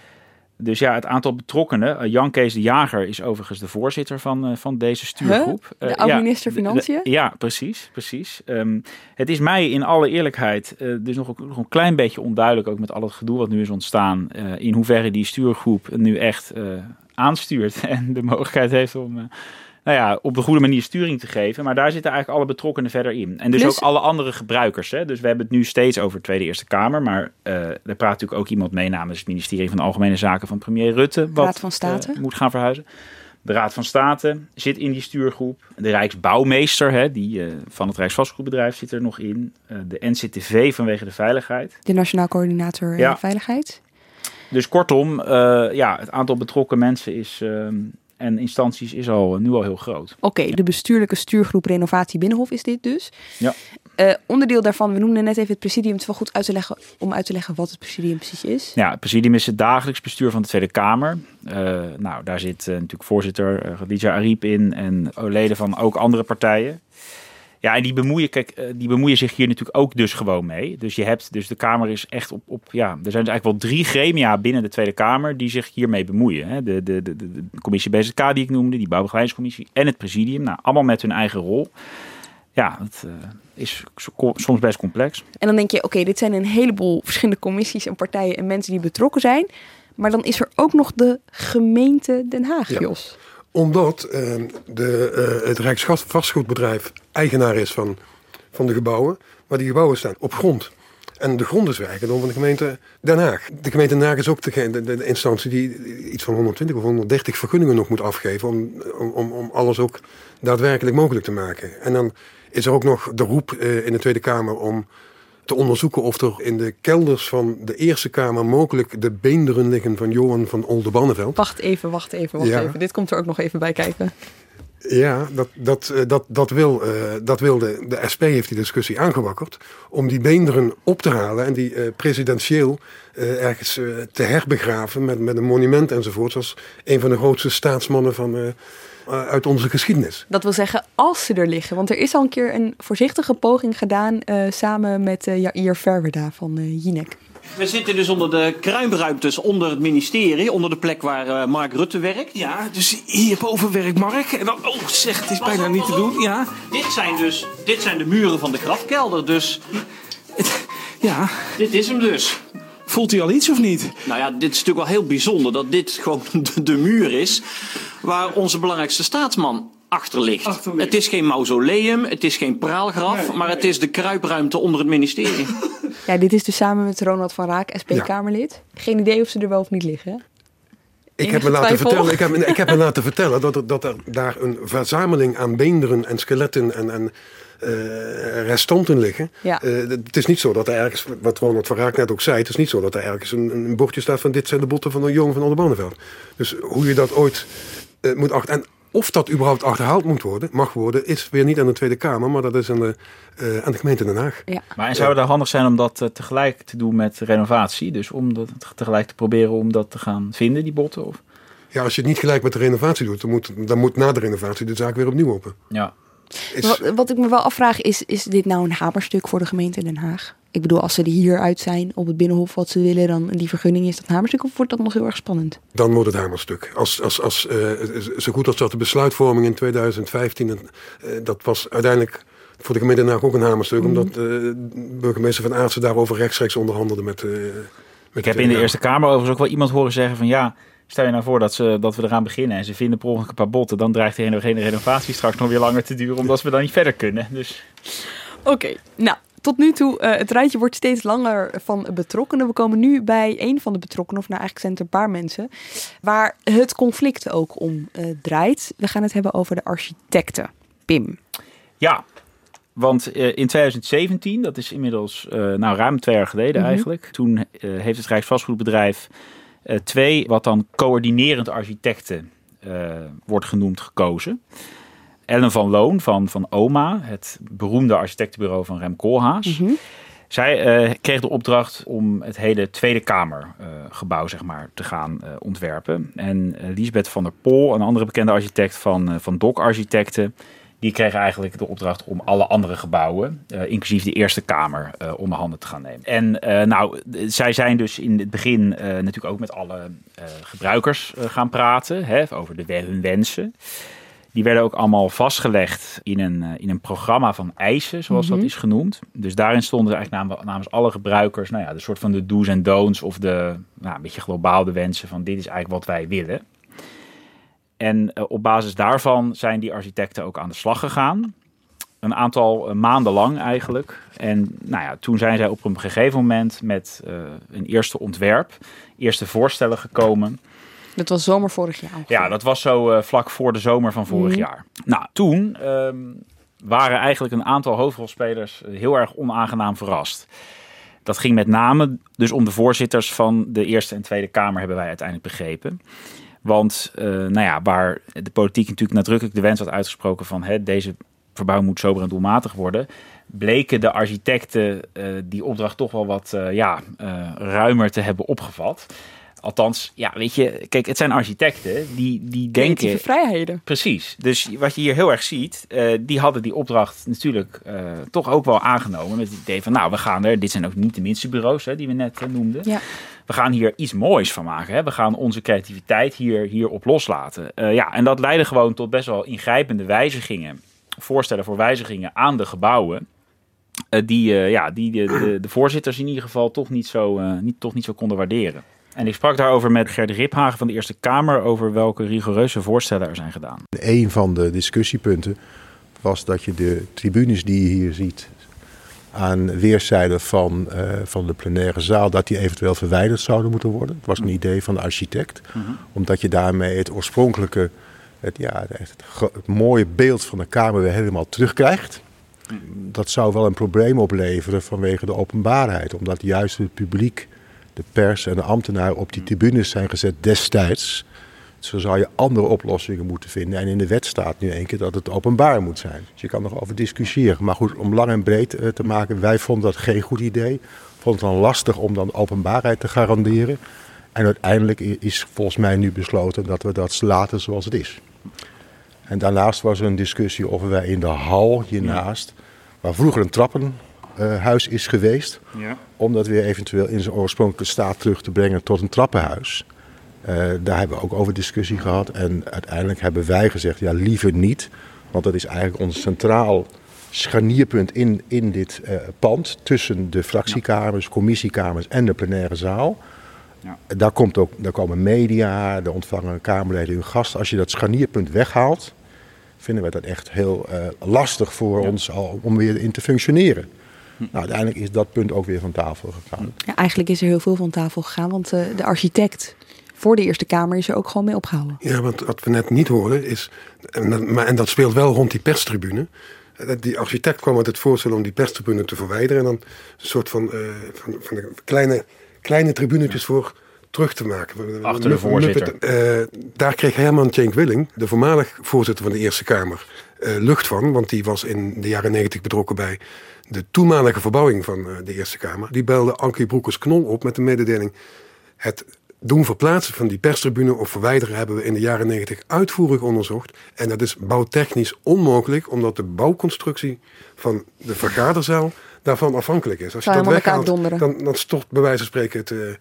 Dus ja, het aantal betrokkenen. Uh, Jan Kees de Jager is overigens de voorzitter van, uh, van deze stuurgroep. Huh? De oud-minister uh, Financiën? Ja, precies. precies. Um, het is mij in alle eerlijkheid uh, dus nog, nog een klein beetje onduidelijk, ook met al het gedoe wat nu is ontstaan, uh, in hoeverre die stuurgroep nu echt uh, aanstuurt en de mogelijkheid heeft om... Uh, Nou ja, op de goede manier sturing te geven. Maar daar zitten eigenlijk alle betrokkenen verder in. En dus Plus, ook alle andere gebruikers. Hè. Dus we hebben het nu steeds over de Tweede Eerste Kamer. Maar uh, er praat natuurlijk ook iemand mee namens het ministerie van Algemene Zaken van premier Rutte. Wat Raad van State. Uh, moet gaan verhuizen. De Raad van State zit in die stuurgroep. De Rijksbouwmeester hè, die, uh, van het Rijksvastgoedbedrijf zit er nog in. Uh, de N C T V vanwege de veiligheid. De Nationaal Coördinator ja. Veiligheid. Dus kortom, uh, ja, het aantal betrokken mensen is... Uh, en instanties is al nu al heel groot. Oké, okay, de bestuurlijke stuurgroep Renovatie Binnenhof is dit dus. Ja. Uh, onderdeel daarvan, we noemden net even het presidium. Het is wel goed uit te leggen, om uit te leggen wat het presidium precies is. Ja, het presidium is het dagelijks bestuur van de Tweede Kamer. Uh, nou, daar zit uh, natuurlijk voorzitter uh, Khadija Arib in en leden van ook andere partijen. Ja, en die bemoeien, kijk, die bemoeien zich hier natuurlijk ook dus gewoon mee. Dus je hebt, dus de Kamer is echt op, op ja, er zijn dus eigenlijk wel drie gremia binnen de Tweede Kamer die zich hiermee bemoeien. Hè. De, de, de, de commissie B Z K die ik noemde, die bouwbegeleidingscommissie en het presidium. Nou, allemaal met hun eigen rol. Ja, het uh, is soms best complex. En dan denk je, oké, okay, dit zijn een heleboel verschillende commissies en partijen en mensen die betrokken zijn. Maar dan is er ook nog de gemeente Den Haag, ja. Jos. Omdat uh, de, uh, het Rijksvastgoedbedrijf eigenaar is van, van de gebouwen. Maar die gebouwen staan op grond. En de grond is weer eigendom van de gemeente Den Haag. De gemeente Den Haag is ook de, de, de instantie die iets van honderdtwintig of honderddertig vergunningen nog moet afgeven. Om, om, om alles ook daadwerkelijk mogelijk te maken. En dan is er ook nog de roep uh, in de Tweede Kamer om te onderzoeken of er in de kelders van de Eerste Kamer mogelijk de beenderen liggen van Johan van Oldenbarneveld. Wacht even, wacht even, wacht ja. even. Dit komt er ook nog even bij kijken. Ja, dat, dat, dat, dat wil, uh, dat wil de, de S P heeft die discussie aangewakkerd om die beenderen op te halen en die uh, presidentieel uh, ergens uh, te herbegraven met, met een monument enzovoort, zoals een van de grootste staatsmannen van... Uh, uit onze geschiedenis. Dat wil zeggen, als ze er liggen. Want er is al een keer een voorzichtige poging gedaan uh, samen met uh, Jair Verwerda van uh, Jinek. We zitten dus onder de kruimruimtes onder het ministerie, onder de plek waar uh, Mark Rutte werkt. Ja, dus hierboven werkt Mark. En dan, oh zeg, het is bijna niet te doen. Ja. Dit zijn dus dit zijn de muren van de grafkelder, dus... Ja. Dit is hem dus. Voelt hij al iets of niet? Nou ja, dit is natuurlijk wel heel bijzonder dat dit gewoon de, de muur is waar onze belangrijkste staatsman achter ligt. achter ligt. Het is geen mausoleum, het is geen praalgraf, nee, maar nee. Het is de kruipruimte onder het ministerie. Ja, dit is dus samen met Ronald van Raak, S P-Kamerlid. Ja. Geen idee of ze er wel of niet liggen, hè? Ik heb, me laten vertellen, ik, heb, ik heb me laten vertellen dat er, dat er daar een verzameling aan beenderen en skeletten en, en uh, restanten liggen. Ja. Uh, het is niet zo dat er ergens, wat Ronald van Raak net ook zei, het is niet zo dat er ergens een, een bordje staat van dit zijn de botten van een jongen van Oldenbarneveld. Dus hoe je dat ooit uh, moet achter... En of dat überhaupt achterhaald moet worden, mag worden, is weer niet aan de Tweede Kamer, maar dat is aan de, uh, aan de gemeente Den Haag. Ja. Maar en zou het dan handig zijn om dat uh, tegelijk te doen met renovatie? Dus om dat tegelijk te proberen om dat te gaan vinden, die botten? Of? Ja, als je het niet gelijk met de renovatie doet, dan moet, dan moet na de renovatie de zaak weer opnieuw open. Ja. Is... Wat, wat ik me wel afvraag is, is dit nou een hamerstuk voor de gemeente Den Haag? Ik bedoel, als ze er hieruit zijn op het Binnenhof wat ze willen, dan die vergunning, is dat een hamerstuk of wordt dat nog heel erg spannend? Dan wordt het hamerstuk. Als, als, als, uh, zo goed als dat de besluitvorming in tweeduizend vijftien, uh, dat was uiteindelijk voor de gemeente Den Haag ook een hamerstuk, mm. omdat uh, burgemeester Van Aartsen daarover rechtstreeks onderhandelde met... Uh, met ik heb in de Eerste Kamer overigens ook wel iemand horen zeggen van ja, stel je nou voor dat, ze, dat we eraan beginnen en ze vinden per ongeluk een paar botten, dan dreigt de hele renovatie straks nog weer langer te duren, omdat we dan niet verder kunnen. Dus... Oké, okay, nou... Tot nu toe, uh, het rijtje wordt steeds langer van betrokkenen. We komen nu bij een van de betrokkenen, of nou eigenlijk zijn het een paar mensen, waar het conflict ook om uh, draait. We gaan het hebben over de architecten. Pim. Ja, want uh, in tweeduizend zeventien, dat is inmiddels uh, nou, ruim twee jaar geleden mm-hmm. eigenlijk, toen uh, heeft het Rijksvastgoedbedrijf uh, twee, wat dan coördinerend architecten uh, wordt genoemd, gekozen. Ellen van Loon van, van OMA, het beroemde architectenbureau van Rem Koolhaas. Mm-hmm. Zij uh, kreeg de opdracht om het hele Tweede Kamergebouw uh, zeg maar, te gaan uh, ontwerpen. En uh, Liesbeth van der Pol, een andere bekende architect van, uh, van D O C Architecten, die kreeg eigenlijk de opdracht om alle andere gebouwen, uh, inclusief de Eerste Kamer, uh, onder handen te gaan nemen. En uh, nou, zij zijn dus in het begin uh, natuurlijk ook met alle uh, gebruikers uh, gaan praten, hè, over de, hun wensen. Die werden ook allemaal vastgelegd in een, in een programma van eisen, zoals mm-hmm. dat is genoemd. Dus daarin stonden eigenlijk namens, namens alle gebruikers, nou ja, de soort van de do's en don'ts of de, nou, een beetje globaal de wensen van dit is eigenlijk wat wij willen. En uh, op basis daarvan zijn die architecten ook aan de slag gegaan. Een aantal uh, maanden lang eigenlijk. En nou ja, toen zijn zij op een gegeven moment met uh, een eerste ontwerp, eerste voorstellen gekomen. Dat was zomer vorig jaar. Ja, dat was zo uh, vlak voor de zomer van vorig mm. jaar. Nou, toen um, waren eigenlijk een aantal hoofdrolspelers heel erg onaangenaam verrast. Dat ging met name dus om de voorzitters van de Eerste en Tweede Kamer, hebben wij uiteindelijk begrepen. Want uh, nou ja, waar de politiek natuurlijk nadrukkelijk de wens had uitgesproken van hè, deze verbouwing moet sober en doelmatig worden, bleken de architecten uh, die opdracht toch wel wat uh, ja, uh, ruimer te hebben opgevat. Althans, ja, weet je, kijk, het zijn architecten die, die denken... Creatieve vrijheden. Precies. Dus wat je hier heel erg ziet, uh, die hadden die opdracht natuurlijk uh, toch ook wel aangenomen met het idee van, nou, we gaan er, dit zijn ook niet de minste bureaus hè, die we net uh, noemden. Ja. We gaan hier iets moois van maken. Hè. We gaan onze creativiteit hier, hier op loslaten. Uh, ja, en dat leidde gewoon tot best wel ingrijpende wijzigingen, voorstellen voor wijzigingen aan de gebouwen. Uh, die, uh, ja, die de, de, de voorzitters in ieder geval toch niet zo, uh, niet, toch niet zo konden waarderen. En ik sprak daarover met Gert Riphagen van de Eerste Kamer over welke rigoureuze voorstellen er zijn gedaan. Een van de discussiepunten was dat je de tribunes die je hier ziet aan weerszijden van, uh, van de plenaire zaal, dat die eventueel verwijderd zouden moeten worden. Het was een idee van de architect, mm-hmm. omdat je daarmee het oorspronkelijke, het, ja, het, het, het mooie beeld van de Kamer weer helemaal terugkrijgt. Dat zou wel een probleem opleveren vanwege de openbaarheid, omdat juist het publiek, de pers en de ambtenaren op die tribunes zijn gezet destijds. Zo zou je andere oplossingen moeten vinden. En in de wet staat nu een keer dat het openbaar moet zijn. Dus je kan nog over discussiëren. Maar goed, om lang en breed uh, te maken, wij vonden dat geen goed idee. Vonden het dan lastig om dan openbaarheid te garanderen. En uiteindelijk is volgens mij nu besloten dat we dat laten zoals het is. En daarnaast was er een discussie of wij in de hal hiernaast, waar vroeger een trappen... Uh, huis is geweest, ja. om dat weer eventueel in zijn oorspronkelijke staat terug te brengen tot een trappenhuis. Uh, daar hebben we ook over discussie gehad en uiteindelijk hebben wij gezegd, ja liever niet, want dat is eigenlijk ons centraal scharnierpunt in, in dit uh, pand tussen de fractiekamers, commissiekamers en de plenaire zaal. Ja. Daar, komt ook, daar komen media, daar ontvangen Kamerleden hun gasten. Als je dat scharnierpunt weghaalt, vinden we dat echt heel uh, lastig voor ja. ons al, om weer in te functioneren. Nou, uiteindelijk is dat punt ook weer van tafel gegaan. Ja, eigenlijk is er heel veel van tafel gegaan, want uh, de architect voor de Eerste Kamer is er ook gewoon mee opgehouden. Ja, want wat we net niet hoorden is, en dat, maar, en dat speelt wel rond die perstribune. Die architect kwam met het voorstel om die perstribune te verwijderen en dan een soort van, uh, van, van de kleine, kleine tribunetjes voor terug te maken. Achter de voorzitter. Uh, daar kreeg Herman Tjenk Willing, de voormalig voorzitter van de Eerste Kamer, uh, lucht van. Want die was in de jaren negentig betrokken bij de toenmalige verbouwing van uh, de Eerste Kamer. Die belde Ankie Broekers-Knol op met de mededeling: het doen verplaatsen van die perstribune of verwijderen hebben we in de jaren negentig uitvoerig onderzocht. En dat is bouwtechnisch onmogelijk, omdat de bouwconstructie van de vergaderzaal daarvan afhankelijk is. Als je dat weghaalt, dan, dan stort bij wijze van spreken het, uh, uh,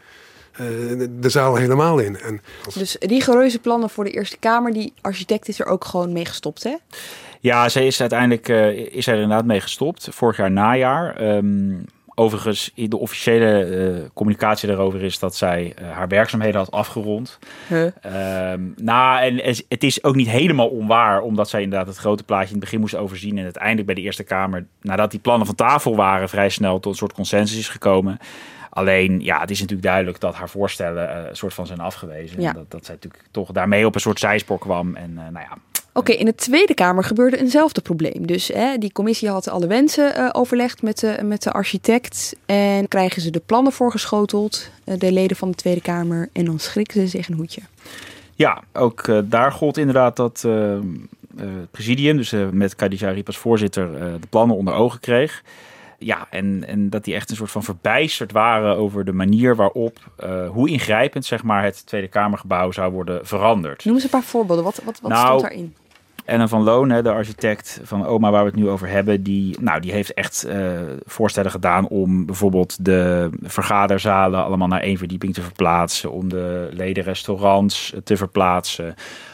de zaal helemaal in. En als... Dus rigoureuze plannen voor de Eerste Kamer, die architect is er ook gewoon mee gestopt, hè? Ja, zij is uiteindelijk uh, is er inderdaad mee gestopt. Vorig jaar najaar. Um, Overigens, de officiële uh, communicatie daarover is dat zij uh, haar werkzaamheden had afgerond. Huh? Um, nou, en het is ook niet helemaal onwaar, omdat zij inderdaad het grote plaatje in het begin moest overzien en uiteindelijk bij de Eerste Kamer, nadat die plannen van tafel waren, vrij snel tot een soort consensus is gekomen. Alleen, ja, het is natuurlijk duidelijk dat haar voorstellen uh, een soort van zijn afgewezen. Ja. Dat, dat zij natuurlijk toch daarmee op een soort zijspoor kwam. En uh, nou ja... Oké, okay, in de Tweede Kamer gebeurde eenzelfde probleem. Dus hè, die commissie had alle wensen uh, overlegd met de, met de architect. En krijgen ze de plannen voorgeschoteld, uh, de leden van de Tweede Kamer. En dan schrikken ze zich een hoedje. Ja, ook uh, daar gold inderdaad dat uh, uh, het presidium, dus uh, met Khadija Arib als voorzitter, uh, de plannen onder ogen kreeg. Ja, en, en dat die echt een soort van verbijsterd waren over de manier waarop, uh, hoe ingrijpend zeg maar het Tweede Kamergebouw zou worden veranderd. Noem eens een paar voorbeelden. Wat, wat, wat nou, stond daarin? Ellen van Loon, de architect van OMA waar we het nu over hebben, die, nou, die heeft echt uh, voorstellen gedaan om bijvoorbeeld de vergaderzalen allemaal naar één verdieping te verplaatsen, om de ledenrestaurants te verplaatsen,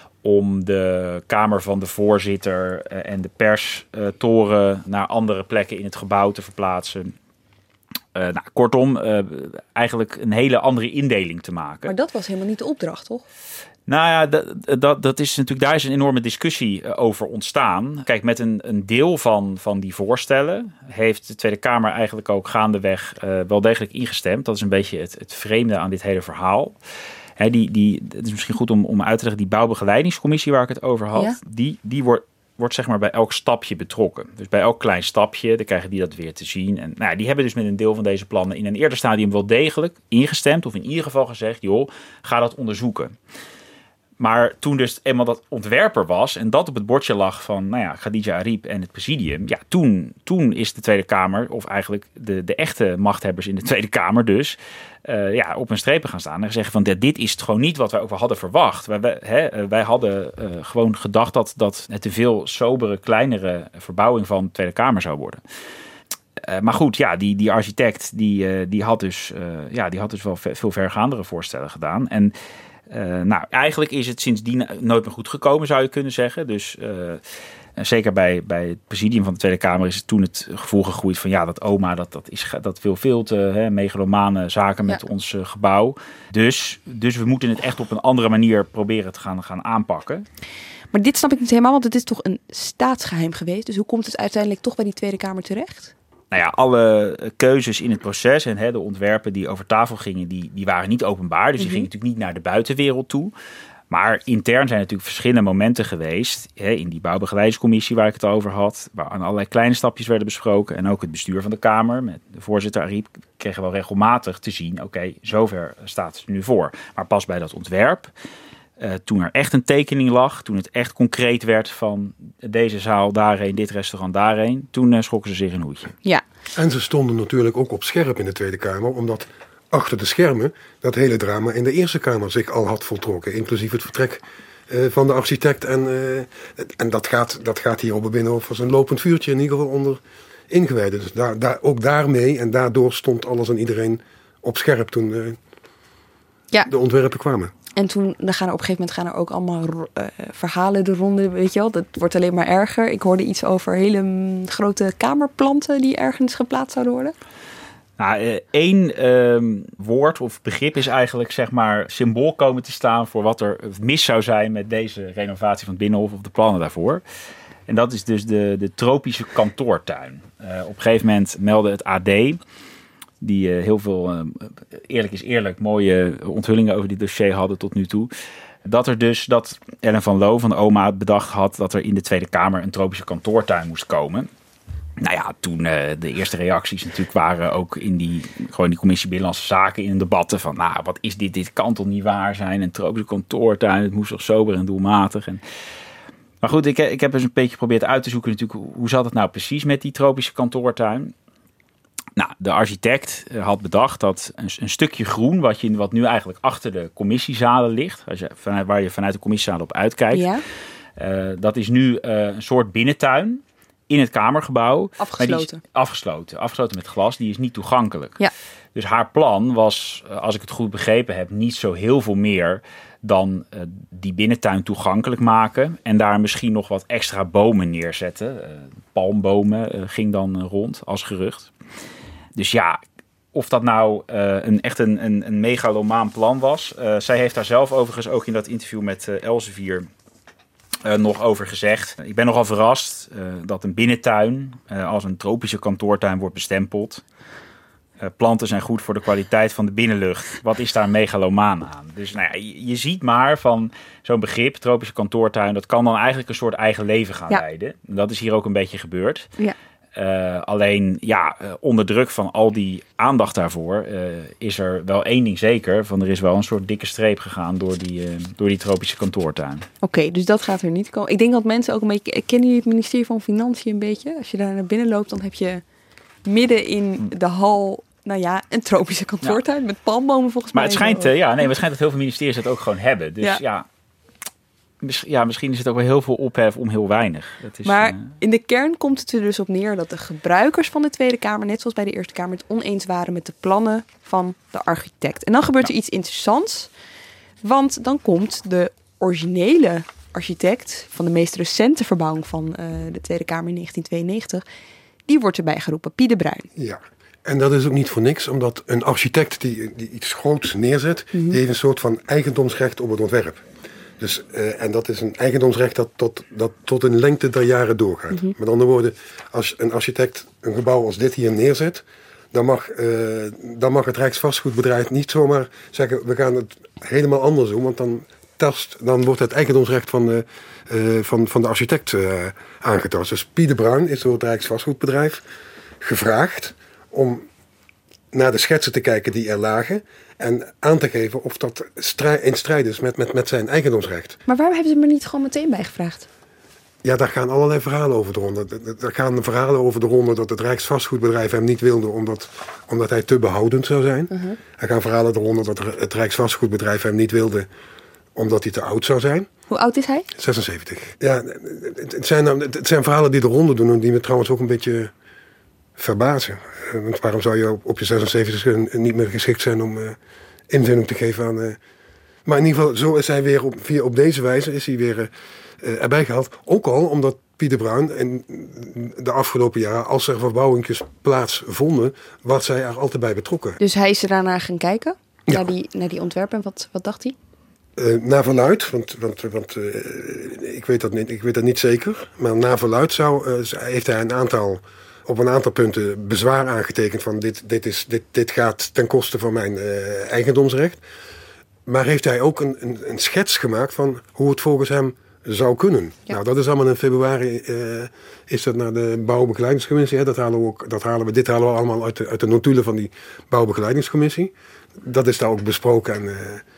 om de kamer van de voorzitter en de perstoren naar andere plekken in het gebouw te verplaatsen. Uh, nou, kortom, uh, eigenlijk een hele andere indeling te maken. Maar dat was helemaal niet de opdracht, toch? Nou ja, dat, dat, dat is natuurlijk, daar is een enorme discussie over ontstaan. Kijk, met een, een deel van, van die voorstellen heeft de Tweede Kamer eigenlijk ook gaandeweg uh, wel degelijk ingestemd. Dat is een beetje het, het vreemde aan dit hele verhaal. He, die, die, het is misschien goed om, om uit te leggen, die bouwbegeleidingscommissie waar ik het over had, ja. die, die wordt, wordt zeg maar bij elk stapje betrokken. Dus bij elk klein stapje, dan krijgen die dat weer te zien. En nou, die hebben dus met een deel van deze plannen in een eerder stadium wel degelijk ingestemd, of in ieder geval gezegd, joh, ga dat onderzoeken. Maar toen dus eenmaal dat ontwerper was en dat op het bordje lag van nou ja, Khadija Arib en het presidium, ja, toen, toen is de Tweede Kamer, of eigenlijk de, de echte machthebbers in de Tweede Kamer dus, uh, ja, op hun strepen gaan staan en zeggen van ja, dit is het gewoon niet wat wij ook wel hadden verwacht. Wij, wij, hè, wij hadden uh, gewoon gedacht dat, dat het een veel sobere, kleinere verbouwing van de Tweede Kamer zou worden. Uh, maar goed, ja, die, die architect die, uh, die, had dus, uh, ja, die had dus wel veel vergaandere voorstellen gedaan. En Uh, nou, eigenlijk is het sindsdien nooit meer goed gekomen, zou je kunnen zeggen. Dus uh, zeker bij, bij het presidium van de Tweede Kamer is het toen het gevoel gegroeid van ja, dat OMA, dat, dat, is, dat wil veel te hè, megalomane zaken met ja. ons uh, gebouw. Dus, dus we moeten het echt op een andere manier proberen te gaan, gaan aanpakken. Maar dit snap ik niet helemaal, want het is toch een staatsgeheim geweest. Dus hoe komt het uiteindelijk toch bij die Tweede Kamer terecht? Nou ja, alle keuzes in het proces en hè, de ontwerpen die over tafel gingen, die, die waren niet openbaar. Dus die mm-hmm. gingen natuurlijk niet naar de buitenwereld toe. Maar intern zijn natuurlijk verschillende momenten geweest. Hè, in die bouwbegeleidingscommissie waar ik het over had. Waar aan allerlei kleine stapjes werden besproken. En ook het bestuur van de Kamer met de voorzitter Arib kregen wel regelmatig te zien. Oké, okay, zover staat het nu voor. Maar pas bij dat ontwerp. Uh, toen er echt een tekening lag, toen het echt concreet werd van deze zaal daarheen, dit restaurant daarheen, toen uh, schrokken ze zich een hoedje. Ja. En ze stonden natuurlijk ook op scherp in de Tweede Kamer, omdat achter de schermen dat hele drama in de Eerste Kamer zich al had voltrokken, inclusief het vertrek uh, van de architect. En, uh, en dat, gaat, dat gaat hier op het Binnenhof als een lopend vuurtje in ieder geval onder ingewijden. Dus daar, daar, ook daarmee en daardoor stond alles en iedereen op scherp toen uh, ja. de ontwerpen kwamen. En toen dan gaan er op een gegeven moment gaan er ook allemaal uh, verhalen de ronde, weet je wel. Dat wordt alleen maar erger. Ik hoorde iets over hele m, grote kamerplanten die ergens geplaatst zouden worden. Nou, uh, één uh, woord of begrip is eigenlijk zeg maar symbool komen te staan voor wat er mis zou zijn met deze renovatie van het Binnenhof of de plannen daarvoor. En dat is dus de, de tropische kantoortuin. Uh, op een gegeven moment meldde het A D Die uh, heel veel, uh, eerlijk is eerlijk, mooie onthullingen over dit dossier hadden tot nu toe. Dat er dus, dat Ellen van Loo van de O M A bedacht had dat er in de Tweede Kamer een tropische kantoortuin moest komen. Nou ja, toen uh, de eerste reacties natuurlijk waren ook in die, gewoon die commissie Binnenlandse Zaken in debatten van, nou, wat is dit? Dit kan toch niet waar zijn? Een tropische kantoortuin, het moest toch sober en doelmatig. En... Maar goed, ik, ik heb eens een beetje geprobeerd uit te zoeken natuurlijk, hoe zat het nou precies met die tropische kantoortuin? Nou, de architect had bedacht dat een, een stukje groen, wat, je, wat nu eigenlijk achter de commissiezalen ligt, als je, vanuit, waar je vanuit de commissiezalen op uitkijkt, ja. uh, dat is nu uh, een soort binnentuin in het Kamergebouw. Afgesloten. Is afgesloten. Afgesloten met glas, die is niet toegankelijk. Ja. Dus haar plan was, als ik het goed begrepen heb, niet zo heel veel meer dan uh, die binnentuin toegankelijk maken en daar misschien nog wat extra bomen neerzetten. Uh, palmbomen uh, ging dan uh, rond als gerucht. Dus ja, of dat nou uh, een, echt een, een, een megalomaan plan was. Uh, zij heeft daar zelf overigens ook in dat interview met uh, Elsevier uh, nog over gezegd. Ik ben nogal verrast uh, dat een binnentuin uh, als een tropische kantoortuin wordt bestempeld. Uh, planten zijn goed voor de kwaliteit van de binnenlucht. Wat is daar megalomaan aan? Dus nou ja, je, je ziet maar van zo'n begrip, tropische kantoortuin, dat kan dan eigenlijk een soort eigen leven gaan ja. leiden. En dat is hier ook een beetje gebeurd. Ja. Uh, alleen, ja, uh, onder druk van al die aandacht daarvoor uh, is er wel één ding zeker. Van er is wel een soort dikke streep gegaan door die, uh, door die tropische kantoortuin. Oké, okay, dus dat gaat er niet komen. Ik denk dat mensen ook een beetje... Kennen jullie het ministerie van Financiën een beetje? Als je daar naar binnen loopt, dan heb je midden in de hal, nou ja, een tropische kantoortuin ja. met palmbomen volgens maar mij. Maar het schijnt, uh, ja, nee, het schijnt dat heel veel ministeries dat ook gewoon hebben. Dus ja... ja Ja, misschien is het ook wel heel veel ophef om heel weinig. Dat is, maar uh... in de kern komt het er dus op neer dat de gebruikers van de Tweede Kamer, net zoals bij de Eerste Kamer, het oneens waren met de plannen van de architect. En dan gebeurt ja. er iets interessants, want dan komt de originele architect van de meest recente verbouwing van uh, de Tweede Kamer in negentien tweeënnegentig, die wordt erbij geroepen, Piet de Bruijn. Ja. En dat is ook niet voor niks, omdat een architect die, die iets groots neerzet, mm-hmm. die heeft een soort van eigendomsrecht op het ontwerp. Dus, uh, en dat is een eigendomsrecht dat tot, dat tot een lengte der jaren doorgaat. Mm-hmm. Met andere woorden, als een architect een gebouw als dit hier neerzet, dan mag, uh, dan mag het Rijksvastgoedbedrijf niet zomaar zeggen, we gaan het helemaal anders doen, want dan, tast, dan wordt het eigendomsrecht van de, uh, van, van de architect uh, aangetast. Dus Piet de Bruijn is door het Rijksvastgoedbedrijf gevraagd om naar de schetsen te kijken die er lagen en aan te geven of dat strij- in strijd is met, met, met zijn eigendomsrecht. Maar waarom hebben ze me niet gewoon meteen bijgevraagd? Ja, daar gaan allerlei verhalen over de ronde. Daar gaan verhalen over de ronde dat het Rijksvastgoedbedrijf hem niet wilde omdat, omdat hij te behoudend zou zijn. Uh-huh. Er gaan verhalen de ronde dat het Rijksvastgoedbedrijf hem niet wilde omdat hij te oud zou zijn. Hoe oud is hij? zesenzeventig. Ja, het zijn, het zijn verhalen die de ronde doen en die me trouwens ook een beetje verbazen. Want waarom zou je op je zesenzeventigste niet meer geschikt zijn om uh, invulling te geven aan... Uh... Maar in ieder geval, zo is hij weer op, via, op deze wijze is hij weer uh, erbij gehaald. Ook al omdat Piet de Bruijn in de afgelopen jaren, als er verbouwingjes plaatsvonden, was zij er altijd bij betrokken. Dus hij is er daarna gaan kijken? Ja. Naar, die, naar die ontwerpen. En wat, wat dacht hij? Uh, naar verluid, want, want, want uh, ik, weet dat niet, ik weet dat niet zeker. Maar naar verluid zou, uh, heeft hij een aantal... op een aantal punten bezwaar aangetekend van dit, dit, is, dit, dit gaat ten koste van mijn uh, eigendomsrecht. Maar heeft hij ook een, een, een schets gemaakt van hoe het volgens hem zou kunnen. Ja. Nou, dat is allemaal in februari, uh, is dat naar de bouwbegeleidingscommissie. Hè? Dat halen we ook, dat halen we, dit halen we allemaal uit de, uit de notulen van die bouwbegeleidingscommissie. Dat is daar ook besproken en, uh,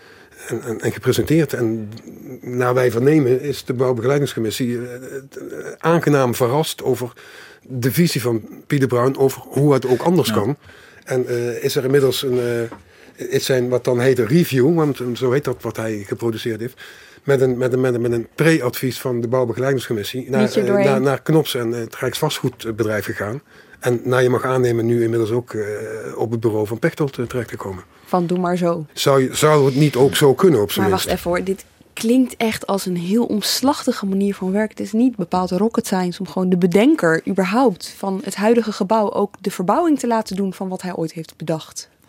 en, en, en gepresenteerd. En naar wij vernemen is de bouwbegeleidingscommissie uh, uh, aangenaam verrast over de visie van Piet de Bruijn over hoe het ook anders ja. kan. En uh, is er inmiddels een, uh, is zijn wat dan heet een review, want zo heet dat wat hij geproduceerd heeft, met een, met een, met een, met een pre-advies van de bouwbegeleidingscommissie naar, uh, naar, naar Knops en het Rijksvastgoedbedrijf gegaan. En nou, je mag aannemen nu inmiddels ook uh, op het bureau van Pechtold uh, terecht te komen. Van doe maar zo. Zou, zou het niet ook zo kunnen op zijn Maar minst? wacht even hoor, dit klinkt echt als een heel omslachtige manier van werken. Het is niet bepaald rocket science om gewoon de bedenker überhaupt van het huidige gebouw ook de verbouwing te laten doen van wat hij ooit heeft bedacht.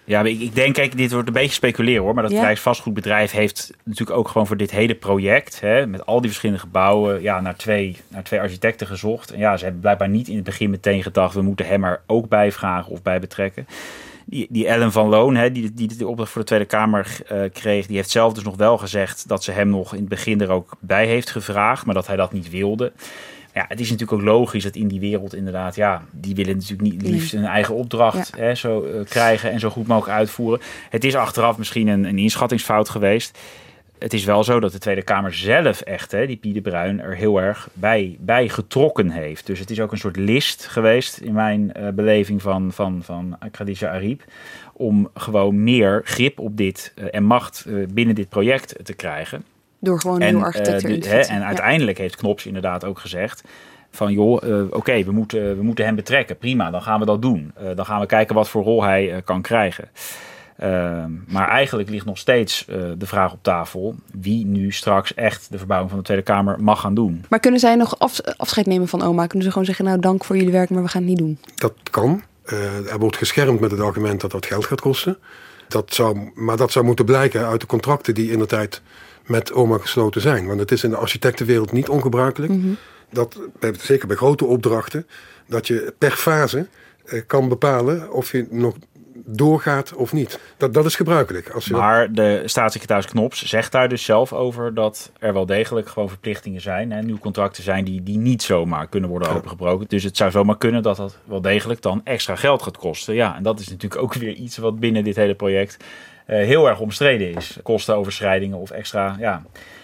Ja, ik, ik denk, kijk, dit wordt een beetje speculeren hoor. Maar dat ja. Rijksvastgoedbedrijf heeft natuurlijk ook gewoon voor dit hele project, hè, met al die verschillende gebouwen, ja, naar twee, naar twee architecten gezocht. En ja, ze hebben blijkbaar niet in het begin meteen gedacht, we moeten hem er ook bij vragen of bij betrekken. Die, die Ellen van Loon, hè, die, die de opdracht voor de Tweede Kamer uh, kreeg, die heeft zelf dus nog wel gezegd dat ze hem nog in het begin er ook bij heeft gevraagd, maar dat hij dat niet wilde. Ja, het is natuurlijk ook logisch dat in die wereld inderdaad, ja, die willen natuurlijk niet liefst een eigen opdracht ja. hè, zo uh, krijgen en zo goed mogelijk uitvoeren. Het is achteraf misschien een, een inschattingsfout geweest. Het is wel zo dat de Tweede Kamer zelf echt, hè, die Pie de Bruin, er heel erg bij, bij getrokken heeft. Dus het is ook een soort list geweest in mijn uh, beleving van, van, van Khadija Arib, om gewoon meer grip op dit uh, en macht uh, binnen dit project te krijgen. Door gewoon een nieuwe architectuur uh, in te zetten. En uiteindelijk ja. heeft Knops inderdaad ook gezegd van joh, uh, oké, okay, we, moeten, we moeten hem betrekken. Prima, dan gaan we dat doen. Uh, dan gaan we kijken wat voor rol hij uh, kan krijgen. Uh, maar eigenlijk ligt nog steeds uh, de vraag op tafel wie nu straks echt de verbouwing van de Tweede Kamer mag gaan doen. Maar kunnen zij nog af, afscheid nemen van oma? Kunnen ze gewoon zeggen, nou dank voor jullie werk, maar we gaan het niet doen? Dat kan. Uh, er wordt geschermd met het argument dat dat geld gaat kosten. Dat zou, maar dat zou moeten blijken uit de contracten die in de tijd met oma gesloten zijn. Want het is in de architectenwereld niet ongebruikelijk. Mm-hmm. Dat, zeker bij grote opdrachten, dat je per fase uh, kan bepalen of je nog doorgaat of niet. Dat, dat is gebruikelijk. Als je maar de staatssecretaris Knops zegt daar dus zelf over dat er wel degelijk gewoon verplichtingen zijn. Hè, nieuwe contracten zijn die, die niet zomaar kunnen worden opengebroken. Dus het zou zomaar kunnen dat dat wel degelijk dan extra geld gaat kosten. Ja, en dat is natuurlijk ook weer iets wat binnen dit hele project uh, heel erg omstreden is. Kostenoverschrijdingen of extra, ja.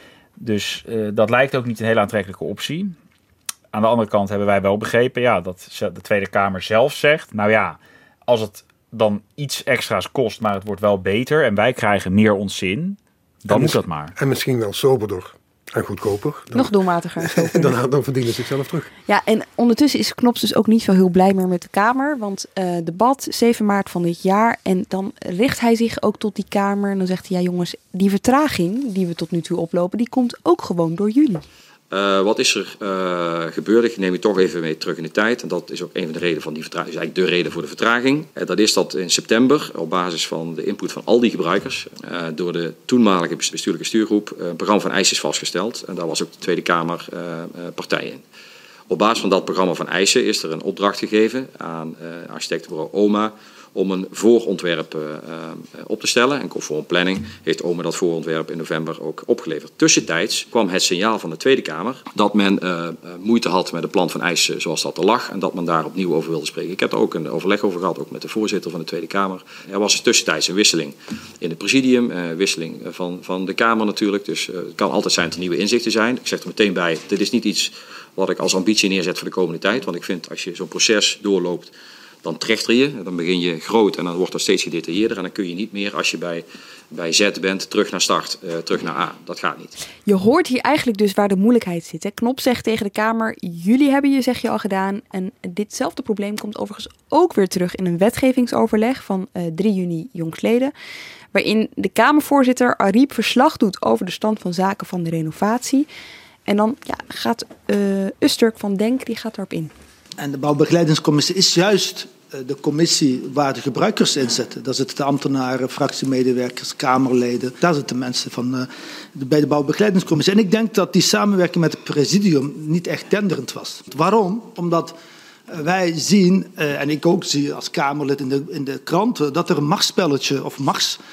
Dus uh, dat lijkt ook niet een hele aantrekkelijke optie. Aan de andere kant hebben wij wel begrepen, ja, dat de Tweede Kamer zelf zegt, nou ja, als het dan iets extra's kost, maar het wordt wel beter en wij krijgen meer ons zin, dan moet dat maar. En misschien wel soberder en goedkoper. Dan, Nog doelmatiger. dan, dan verdienen ze zichzelf terug. Ja, en ondertussen is Knops dus ook niet zo heel blij meer met de Kamer, want uh, debat zeven maart van dit jaar en dan richt hij zich ook tot die Kamer en dan zegt hij, ja jongens, die vertraging die we tot nu toe oplopen, die komt ook gewoon door jullie. Uh, wat is er uh, gebeurd? Ik neem je toch even mee terug in de tijd. En dat is ook een van de redenen van die vertraging. Dat is eigenlijk de reden voor de vertraging. Uh, dat is dat in september, op basis van de input van al die gebruikers, uh, door de toenmalige bestuurlijke stuurgroep, uh, een programma van eisen is vastgesteld. En daar was ook de Tweede Kamer uh, uh, partij in. Op basis van dat programma van eisen is er een opdracht gegeven aan uh, architectenbureau OMA om een voorontwerp uh, uh, op te stellen. En conform planning heeft OMA dat voorontwerp in november ook opgeleverd. Tussentijds kwam het signaal van de Tweede Kamer dat men uh, uh, moeite had met het plan van eisen zoals dat er lag en dat men daar opnieuw over wilde spreken. Ik heb er ook een overleg over gehad, ook met de voorzitter van de Tweede Kamer. Er was dus tussentijds een wisseling in het presidium, uh, wisseling van, van de Kamer natuurlijk. Dus uh, het kan altijd zijn dat er nieuwe inzichten zijn. Ik zeg er meteen bij, dit is niet iets wat ik als ambitie neerzet voor de komende tijd. Want ik vind als je zo'n proces doorloopt, dan trechter je, dan begin je groot en dan wordt dat steeds gedetailleerder. En dan kun je niet meer, als je bij, bij Z bent, terug naar start, uh, terug naar A. Dat gaat niet. Je hoort hier eigenlijk dus waar de moeilijkheid zit. Hè? Knop zegt tegen de Kamer, jullie hebben je zeg je al gedaan. En ditzelfde probleem komt overigens ook weer terug in een wetgevingsoverleg van uh, drie juni jongstleden. Waarin de Kamervoorzitter Arib verslag doet over de stand van zaken van de renovatie. En dan ja, gaat uh, Usturk van Denk, die gaat daarop in. En de bouwbegeleidingscommissie is juist de commissie waar de gebruikers in zitten. Daar zitten de ambtenaren, fractiemedewerkers, kamerleden. Daar zitten mensen van, uh, de, bij de bouwbegeleidingscommissie. En ik denk dat die samenwerking met het presidium niet echt tenderend was. Waarom? Omdat uh, wij zien, uh, en ik ook zie als Kamerlid in de, in de kranten, dat er een machtsspelletje of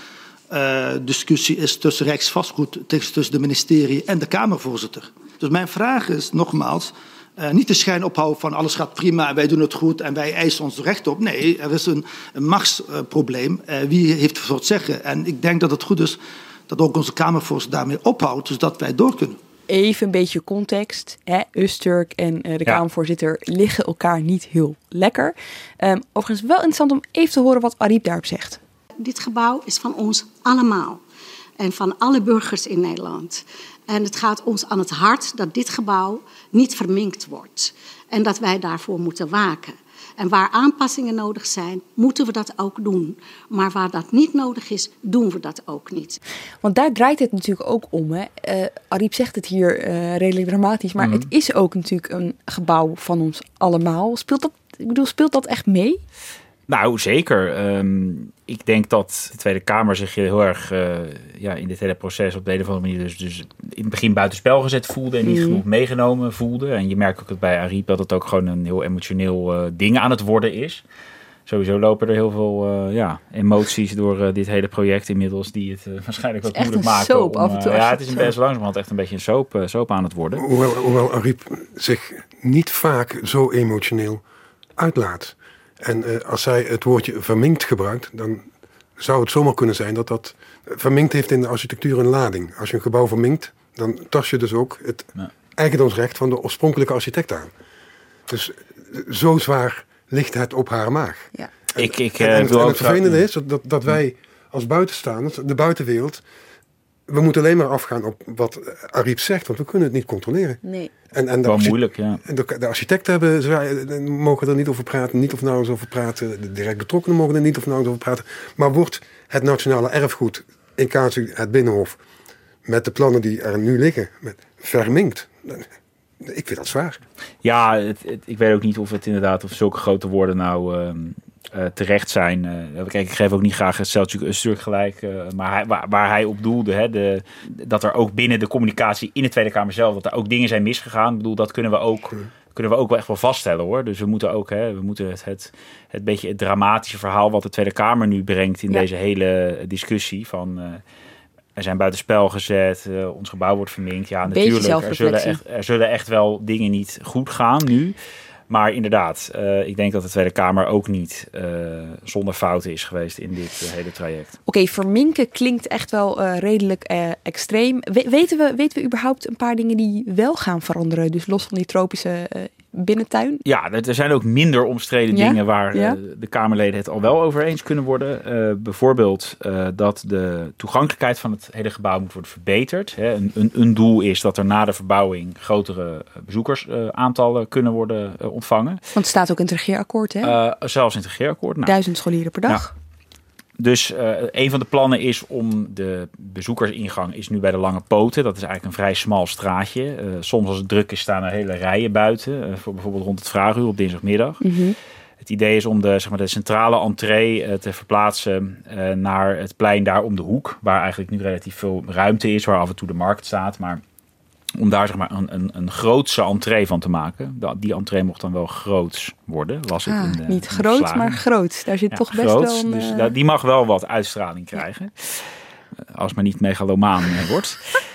machtsdiscussie uh, is tussen Rijksvastgoed, tussen de ministerie en de Kamervoorzitter. Dus mijn vraag is nogmaals, Uh, niet de schijn ophouden van alles gaat prima en wij doen het goed en wij eisen ons recht op. Nee, er is een, een machtsprobleem. Uh, wie heeft het voor het zeggen? En ik denk dat het goed is dat ook onze Kamervoorzitter daarmee ophoudt, zodat wij door kunnen. Even een beetje context. Hè? Usturk en uh, de ja. Kamervoorzitter liggen elkaar niet heel lekker. Um, overigens wel interessant om even te horen wat Arib daarop zegt. Dit gebouw is van ons allemaal. En van alle burgers in Nederland. En het gaat ons aan het hart dat dit gebouw niet verminkt wordt. En dat wij daarvoor moeten waken. En waar aanpassingen nodig zijn, moeten we dat ook doen. Maar waar dat niet nodig is, doen we dat ook niet. Want daar draait het natuurlijk ook om. Hè. Uh, Arib zegt het hier uh, redelijk dramatisch. Maar mm-hmm. het is ook natuurlijk een gebouw van ons allemaal. Speelt dat, ik bedoel, speelt dat echt mee? Nou, zeker. Um, ik denk dat de Tweede Kamer zich heel erg uh, ja, in dit hele proces op de een of andere manier dus, dus in het begin buitenspel gezet voelde en niet mm. genoeg meegenomen voelde. En je merkt ook bij Ariep dat het ook gewoon een heel emotioneel uh, ding aan het worden is. Sowieso lopen er heel veel uh, ja, emoties door uh, dit hele project inmiddels die het uh, waarschijnlijk ook moeilijk maken. Soap, om, af en toe. Uh, ja, het is best langzamerhand echt een beetje een soap, uh, soap aan het worden. Hoewel, hoewel Ariep zich niet vaak zo emotioneel uitlaat. En uh, als zij het woordje verminkt gebruikt, dan zou het zomaar kunnen zijn dat dat... Verminkt heeft in de architectuur een lading. Als je een gebouw verminkt, dan tast je dus ook het ja. eigendomsrecht van de oorspronkelijke architect aan. Dus zo zwaar ligt het op haar maag. Ja. En, ik, ik, en, en, uh, en het vervelende is dat, dat wij als buitenstaanders, de buitenwereld... We moeten alleen maar afgaan op wat Ariep zegt, want we kunnen het niet controleren. Nee. En, en de Wel moeilijk, ja. De, de architecten hebben, ze mogen er niet over praten, niet of nauwelijks over praten. De direct betrokkenen mogen er niet of nauwelijks over praten. Maar wordt het nationale erfgoed in casu het Binnenhof met de plannen die er nu liggen, met, verminkt? Ik vind dat zwaar. Ja, het, het, ik weet ook niet of het inderdaad of zulke grote woorden nou... Uh, Uh, terecht zijn. Uh, kijk, ik geef ook niet graag het Selçuk Öztürk gelijk, uh, maar hij, waar, waar hij op doelde, hè, de, dat er ook binnen de communicatie in de Tweede Kamer zelf, dat er ook dingen zijn misgegaan. Ik bedoel, dat kunnen we ook, hmm. kunnen we ook wel echt wel vaststellen, hoor. Dus we moeten ook, hè, we moeten het, het, het beetje het dramatische verhaal wat de Tweede Kamer nu brengt in ja. deze hele discussie van uh, er zijn buitenspel gezet, uh, ons gebouw wordt verminkt. Ja, beetje natuurlijk, er zullen, echt, er zullen echt wel dingen niet goed gaan nu. Maar inderdaad, uh, ik denk dat de Tweede Kamer ook niet uh, zonder fouten is geweest in dit uh, hele traject. Oké, okay, verminken klinkt echt wel uh, redelijk uh, extreem. We, weten, we, weten we überhaupt een paar dingen die wel gaan veranderen? Dus los van die tropische uh, binnentuin? Ja, er zijn ook minder omstreden ja? dingen waar uh, ja? de Kamerleden het al wel over eens kunnen worden. Uh, bijvoorbeeld uh, dat de toegankelijkheid van het hele gebouw moet worden verbeterd. Hè. Een, een, een doel is dat er na de verbouwing grotere bezoekersaantallen uh, kunnen worden uh, ontvangen. Want het staat ook in het regeerakkoord, hè? Uh, zelfs in het regeerakkoord. Nou, Duizend scholieren per dag. Ja. Dus uh, een van de plannen is om de bezoekersingang is nu bij de Lange Poten. Dat is eigenlijk een vrij smal straatje. Uh, soms als het druk is staan er hele rijen buiten. Uh, voor bijvoorbeeld rond het vraaguur op dinsdagmiddag. Mm-hmm. Het idee is om de, zeg maar, de centrale entree uh, te verplaatsen uh, naar het plein daar om de hoek. Waar eigenlijk nu relatief veel ruimte is. Waar af en toe de markt staat. Maar om daar zeg maar een, een, een grootse entree van te maken. Die entree mocht dan wel groots worden. Was het ah, in de, niet in groot, de maar groot. Daar zit ja, toch best groots, wel een... Dus uh... die mag wel wat uitstraling krijgen. Ja. Als het maar niet megalomaan wordt.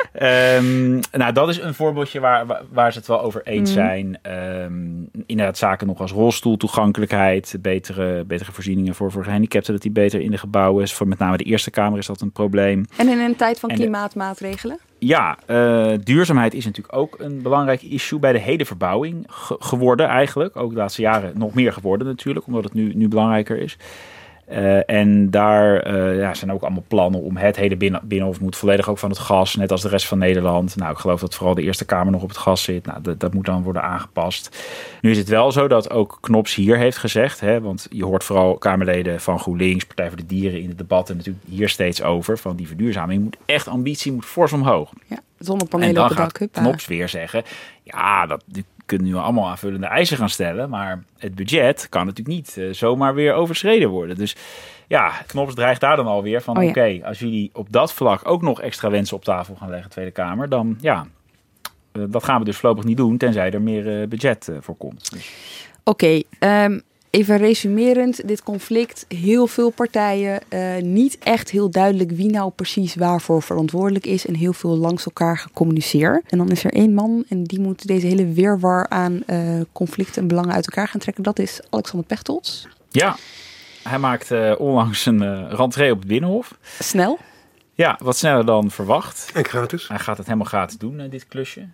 um, nou, dat is een voorbeeldje waar, waar, waar ze het wel over eens mm. zijn. Um, inderdaad, zaken nog als rolstoeltoegankelijkheid, betere, betere voorzieningen voor, voor gehandicapten, dat die beter in de gebouwen is. Voor met name de Eerste Kamer is dat een probleem. En in een tijd van en klimaatmaatregelen? De, ja, uh, duurzaamheid is natuurlijk ook een belangrijk issue bij de hele verbouwing ge- geworden eigenlijk. Ook de laatste jaren nog meer geworden natuurlijk, omdat het nu, nu belangrijker is. Uh, en daar uh, ja, zijn ook allemaal plannen om het hele binnen, Binnenhof moet volledig ook van het gas, net als de rest van Nederland. Nou, ik geloof dat vooral de Eerste Kamer nog op het gas zit. Nou, dat, dat moet dan worden aangepast. Nu is het wel zo dat ook Knops hier heeft gezegd, hè, want je hoort vooral Kamerleden van GroenLinks, Partij voor de Dieren in het debat en natuurlijk hier steeds over, van die verduurzaming moet echt ambitie, moet fors omhoog. Ja, zonnepanelen op het dak. En dan gaat Knops weer zeggen, ja, dat... kunnen nu allemaal aanvullende eisen gaan stellen. Maar het budget kan natuurlijk niet uh, zomaar weer overschreden worden. Dus ja, Knops dreigt daar dan alweer van... Oh ja. Oké, okay, als jullie op dat vlak ook nog extra wensen op tafel gaan leggen, Tweede Kamer... dan ja, uh, dat gaan we dus voorlopig niet doen... tenzij er meer uh, budget uh, voor komt. Dus. Oké, okay, um, even resumerend. Dit conflict, heel veel partijen. Uh, niet echt heel duidelijk wie nou precies waarvoor verantwoordelijk is. En heel veel langs elkaar gecommuniceerd. En dan is er één man en die moet deze hele wirwar aan uh, conflicten en belangen uit elkaar gaan trekken. Dat is Alexander Pechtold. Ja, hij maakt uh, onlangs een uh, rentree op het Binnenhof. Snel? Ja, wat sneller dan verwacht. En gratis. Hij gaat het helemaal gratis doen, uh, dit klusje.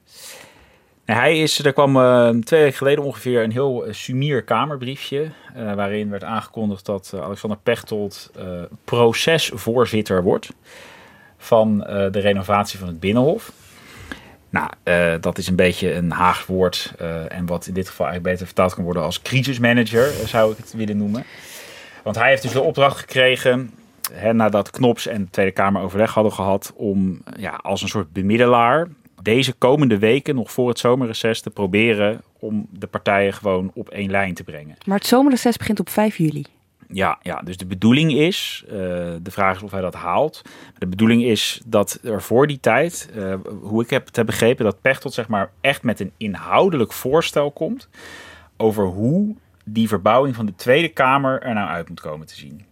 Hij is, er kwam uh, twee weken geleden ongeveer een heel uh, sumier kamerbriefje... Uh, waarin werd aangekondigd dat uh, Alexander Pechtold uh, procesvoorzitter wordt... van uh, de renovatie van het Binnenhof. Nou, uh, dat is een beetje een Haags woord... Uh, en wat in dit geval eigenlijk beter vertaald kan worden als crisismanager... Uh, zou ik het willen noemen. Want hij heeft dus de opdracht gekregen... Hè, nadat Knops en de Tweede Kamer overleg hadden gehad... om ja, als een soort bemiddelaar... deze komende weken, nog voor het zomerreces, te proberen om de partijen gewoon op één lijn te brengen. Maar het zomerreces begint op vijf juli. Ja, ja, dus de bedoeling is, uh, de vraag is of hij dat haalt. De bedoeling is dat er voor die tijd, uh, hoe ik heb het heb begrepen, dat Pechtold zeg maar echt met een inhoudelijk voorstel komt over hoe die verbouwing van de Tweede Kamer er nou uit moet komen te zien.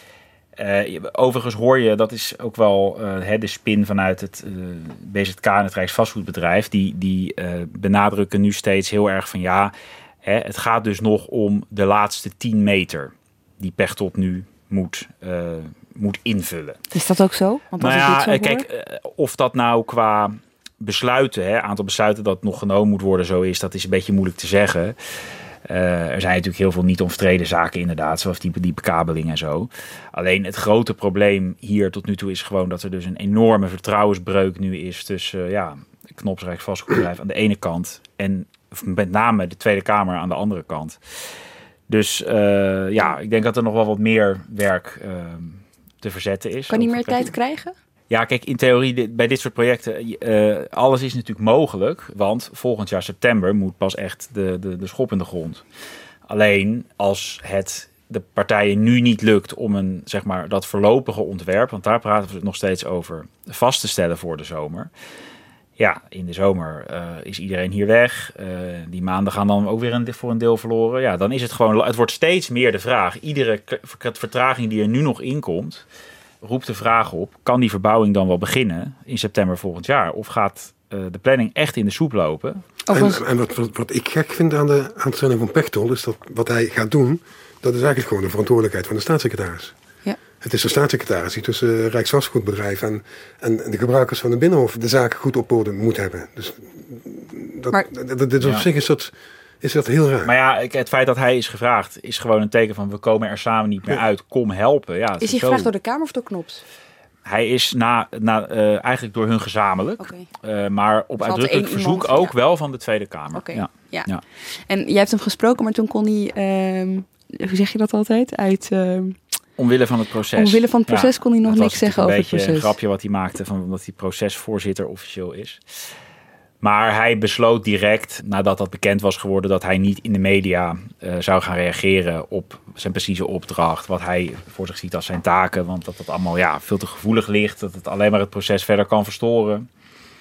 Uh, overigens hoor je, dat is ook wel uh, de spin vanuit het uh, B Z K en het Rijksvastgoedbedrijf. Die, die uh, benadrukken nu steeds heel erg van ja, hè, het gaat dus nog om de laatste tien meter die Pechtold nu moet, uh, moet invullen. Is dat ook zo? Want als nou ik dit zo ja, kijk, uh, of dat nou qua besluiten, hè, aantal besluiten dat nog genomen moet worden zo is, dat is een beetje moeilijk te zeggen. Uh, er zijn natuurlijk heel veel niet omstreden zaken inderdaad, zoals die, die bekabeling en zo. Alleen het grote probleem hier tot nu toe is gewoon dat er dus een enorme vertrouwensbreuk nu is tussen uh, ja, Knops Rijksvastgoedbedrijf aan de ene kant en met name de Tweede Kamer aan de andere kant. Dus uh, ja, ik denk dat er nog wel wat meer werk uh, te verzetten is. Kan hij meer tijd krijgen? Ja, kijk, in theorie bij dit soort projecten, uh, alles is natuurlijk mogelijk. Want volgend jaar september moet pas echt de, de, de schop in de grond. Alleen als het de partijen nu niet lukt om een, zeg maar, dat voorlopige ontwerp, want daar praten we het nog steeds over, vast te stellen voor de zomer. Ja, in de zomer uh, is iedereen hier weg. Uh, die maanden gaan dan ook weer een, voor een deel verloren. Ja, dan is het gewoon, het wordt steeds meer de vraag. Iedere vertraging die er nu nog inkomt, roept de vraag op, kan die verbouwing dan wel beginnen in september volgend jaar? Of gaat uh, de planning echt in de soep lopen? En, en wat, wat, wat ik gek vind aan de aanstelling van Pechtold is dat wat hij gaat doen, dat is eigenlijk gewoon de verantwoordelijkheid van de staatssecretaris. Ja. Het is de staatssecretaris die tussen uh, Rijksvastgoedbedrijf en, en de gebruikers van de Binnenhof de zaken goed op orde moet hebben. Dus dat, maar, dat, dat, dat ja. op zich is dat, is dat heel raar. Maar ja, het feit dat hij is gevraagd is gewoon een teken van we komen er samen niet meer ja. uit, kom helpen. Ja, is hij gevraagd zo... door de Kamer of door Knops? Hij is na, na, uh, eigenlijk door hun gezamenlijk, okay. uh, maar op uitdrukkelijk verzoek iemand, ook ja. wel van de Tweede Kamer. Okay. Ja. Ja. Ja. En jij hebt hem gesproken, maar toen kon hij, uh, hoe zeg je dat altijd, uit... Uh, Omwille van het proces. Omwille van het proces ja, kon hij nog niks zeggen over het proces. Dat was een beetje een grapje wat hij maakte, van, omdat hij procesvoorzitter officieel is. Maar hij besloot direct, nadat dat bekend was geworden, dat hij niet in de media uh, zou gaan reageren op zijn precieze opdracht. Wat hij voor zich ziet als zijn taken. Want dat dat allemaal ja, veel te gevoelig ligt. Dat het alleen maar het proces verder kan verstoren.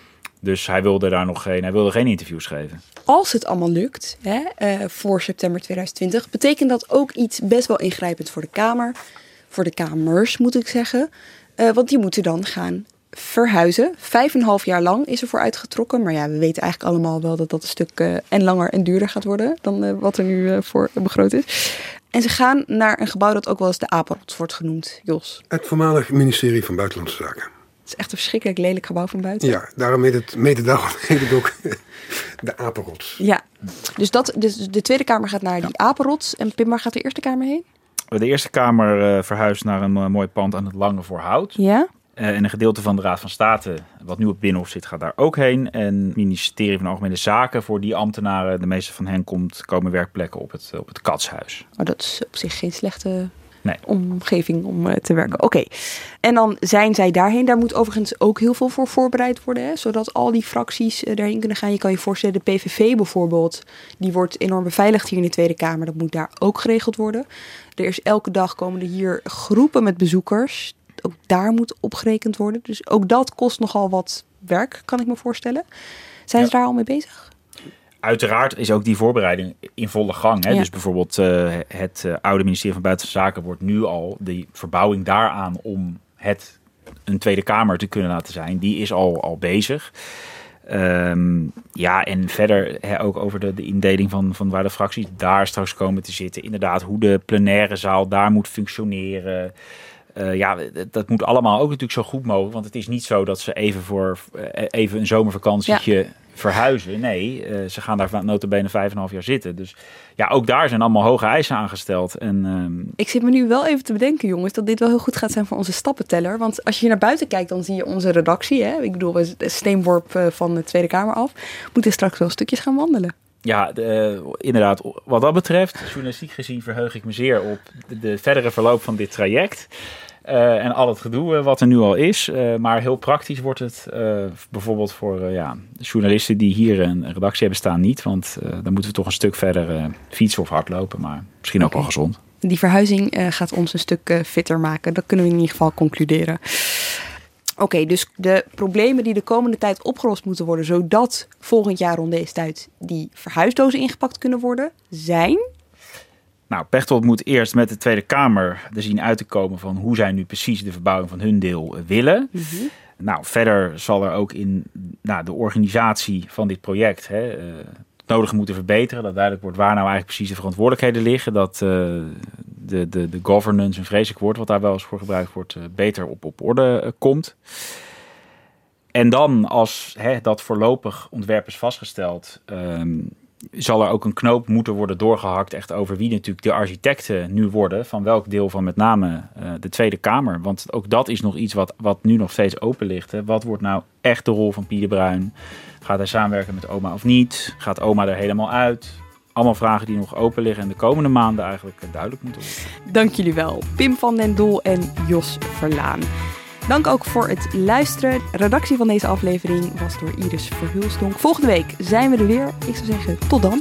Dus hij wilde daar nog geen, hij wilde geen interviews geven. Als het allemaal lukt, hè, uh, voor september tweeduizend twintig, betekent dat ook iets best wel ingrijpend voor de Kamer. Voor de Kamers, moet ik zeggen. Uh, want die moeten dan gaan verhuizen. Vijf en een half jaar lang is er voor uitgetrokken. Maar ja, we weten eigenlijk allemaal wel dat dat een stuk uh, en langer en duurder gaat worden dan uh, wat er nu uh, voor begroot is. En ze gaan naar een gebouw dat ook wel eens de Apenrots wordt genoemd, Jos. Het voormalig ministerie van Buitenlandse Zaken. Het is echt een verschrikkelijk lelijk gebouw van buiten. Ja, daarom heet het, mede daarom heet het ook de Apenrots. Ja, dus, dat, dus de Tweede Kamer gaat naar die ja. Apenrots. En Pim, waar gaat de Eerste Kamer heen? De Eerste Kamer uh, verhuist naar een uh, mooi pand aan het Lange Voorhout. Ja. Uh, en een gedeelte van de Raad van State, wat nu op Binnenhof zit, gaat daar ook heen. En het ministerie van Algemene Zaken, voor die ambtenaren, de meeste van hen komt, komen werkplekken op het, op het Katshuis. Oh, dat is op zich geen slechte nee. omgeving om uh, te werken. Oké, okay. En dan zijn zij daarheen. Daar moet overigens ook heel veel voor voorbereid worden, hè? Zodat al die fracties uh, daarheen kunnen gaan. Je kan je voorstellen, de P V V bijvoorbeeld, die wordt enorm beveiligd hier in de Tweede Kamer. Dat moet daar ook geregeld worden. Er is elke dag komen er hier groepen met bezoekers. Ook daar moet opgerekend worden. Dus ook dat kost nogal wat werk, kan ik me voorstellen. Zijn ja. ze daar al mee bezig? Uiteraard is ook die voorbereiding in volle gang. Hè? Ja. Dus bijvoorbeeld uh, het uh, oude ministerie van Buitenlandse Zaken wordt nu al, die verbouwing daaraan om het een Tweede Kamer te kunnen laten zijn, die is al, al bezig. Um, ja, en verder hè, ook over de, de indeling van, van waar de fracties daar straks komen te zitten. Inderdaad, hoe de plenaire zaal daar moet functioneren. Uh, ja, dat moet allemaal ook natuurlijk zo goed mogelijk. Want het is niet zo dat ze even voor uh, even een zomervakantietje ja. verhuizen. Nee, uh, ze gaan daar nota bene vijf en een half jaar zitten. Dus ja, ook daar zijn allemaal hoge eisen aangesteld. En, um... Ik zit me nu wel even te bedenken, jongens, dat dit wel heel goed gaat zijn voor onze stappenteller. Want als je hier naar buiten kijkt, dan zie je onze redactie. Hè? Ik bedoel, een steenworp van de Tweede Kamer af. Moeten straks wel stukjes gaan wandelen. Ja, de, uh, inderdaad. Wat dat betreft, journalistiek gezien, verheug ik me zeer op de, de verdere verloop van dit traject. Uh, en al het gedoe uh, wat er nu al is. Uh, maar heel praktisch wordt het uh, bijvoorbeeld voor uh, ja, journalisten die hier een redactie hebben staan niet. Want uh, dan moeten we toch een stuk verder uh, fietsen of hardlopen. Maar misschien ook okay. wel gezond. Die verhuizing uh, gaat ons een stuk uh, fitter maken. Dat kunnen we in ieder geval concluderen. Oké, okay, dus de problemen die de komende tijd opgelost moeten worden, zodat volgend jaar rond deze tijd die verhuisdozen ingepakt kunnen worden, zijn... Nou, Pechtold moet eerst met de Tweede Kamer er zien uit te komen van hoe zij nu precies de verbouwing van hun deel willen. Mm-hmm. Nou, verder zal er ook in nou, de organisatie van dit project hè, uh, het nodige moeten verbeteren. Dat duidelijk wordt waar nou eigenlijk precies de verantwoordelijkheden liggen. Dat uh, de, de, de governance, een vreselijk woord wat daar wel eens voor gebruikt wordt, uh, beter op, op orde uh, komt. En dan als hè, dat voorlopig ontwerp is vastgesteld, Um, zal er ook een knoop moeten worden doorgehakt echt over wie natuurlijk de architecten nu worden, van welk deel van met name uh, de Tweede Kamer. Want ook dat is nog iets wat, wat nu nog steeds open ligt. Hè. Wat wordt nou echt de rol van Pieter Bruin? Gaat hij samenwerken met oma of niet? Gaat oma er helemaal uit? Allemaal vragen die nog open liggen en de komende maanden eigenlijk duidelijk moeten worden. Dank jullie wel, Pim van den Doel en Jos Verlaan. Dank ook voor het luisteren. De redactie van deze aflevering was door Iris Verhulstonk. Volgende week zijn we er weer. Ik zou zeggen, tot dan.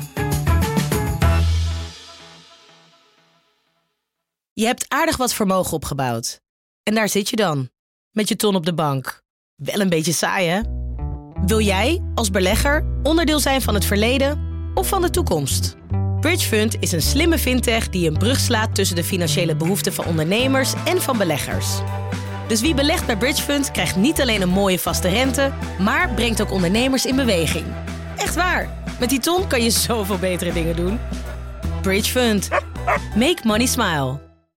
Je hebt aardig wat vermogen opgebouwd. En daar zit je dan, met je ton op de bank. Wel een beetje saai, hè? Wil jij, als belegger, onderdeel zijn van het verleden of van de toekomst? Bridgefund is een slimme fintech die een brug slaat tussen de financiële behoeften van ondernemers en van beleggers. Dus wie belegt bij Bridgefund krijgt niet alleen een mooie vaste rente, maar brengt ook ondernemers in beweging. Echt waar, met die ton kan je zoveel betere dingen doen. Bridgefund. Make money smile.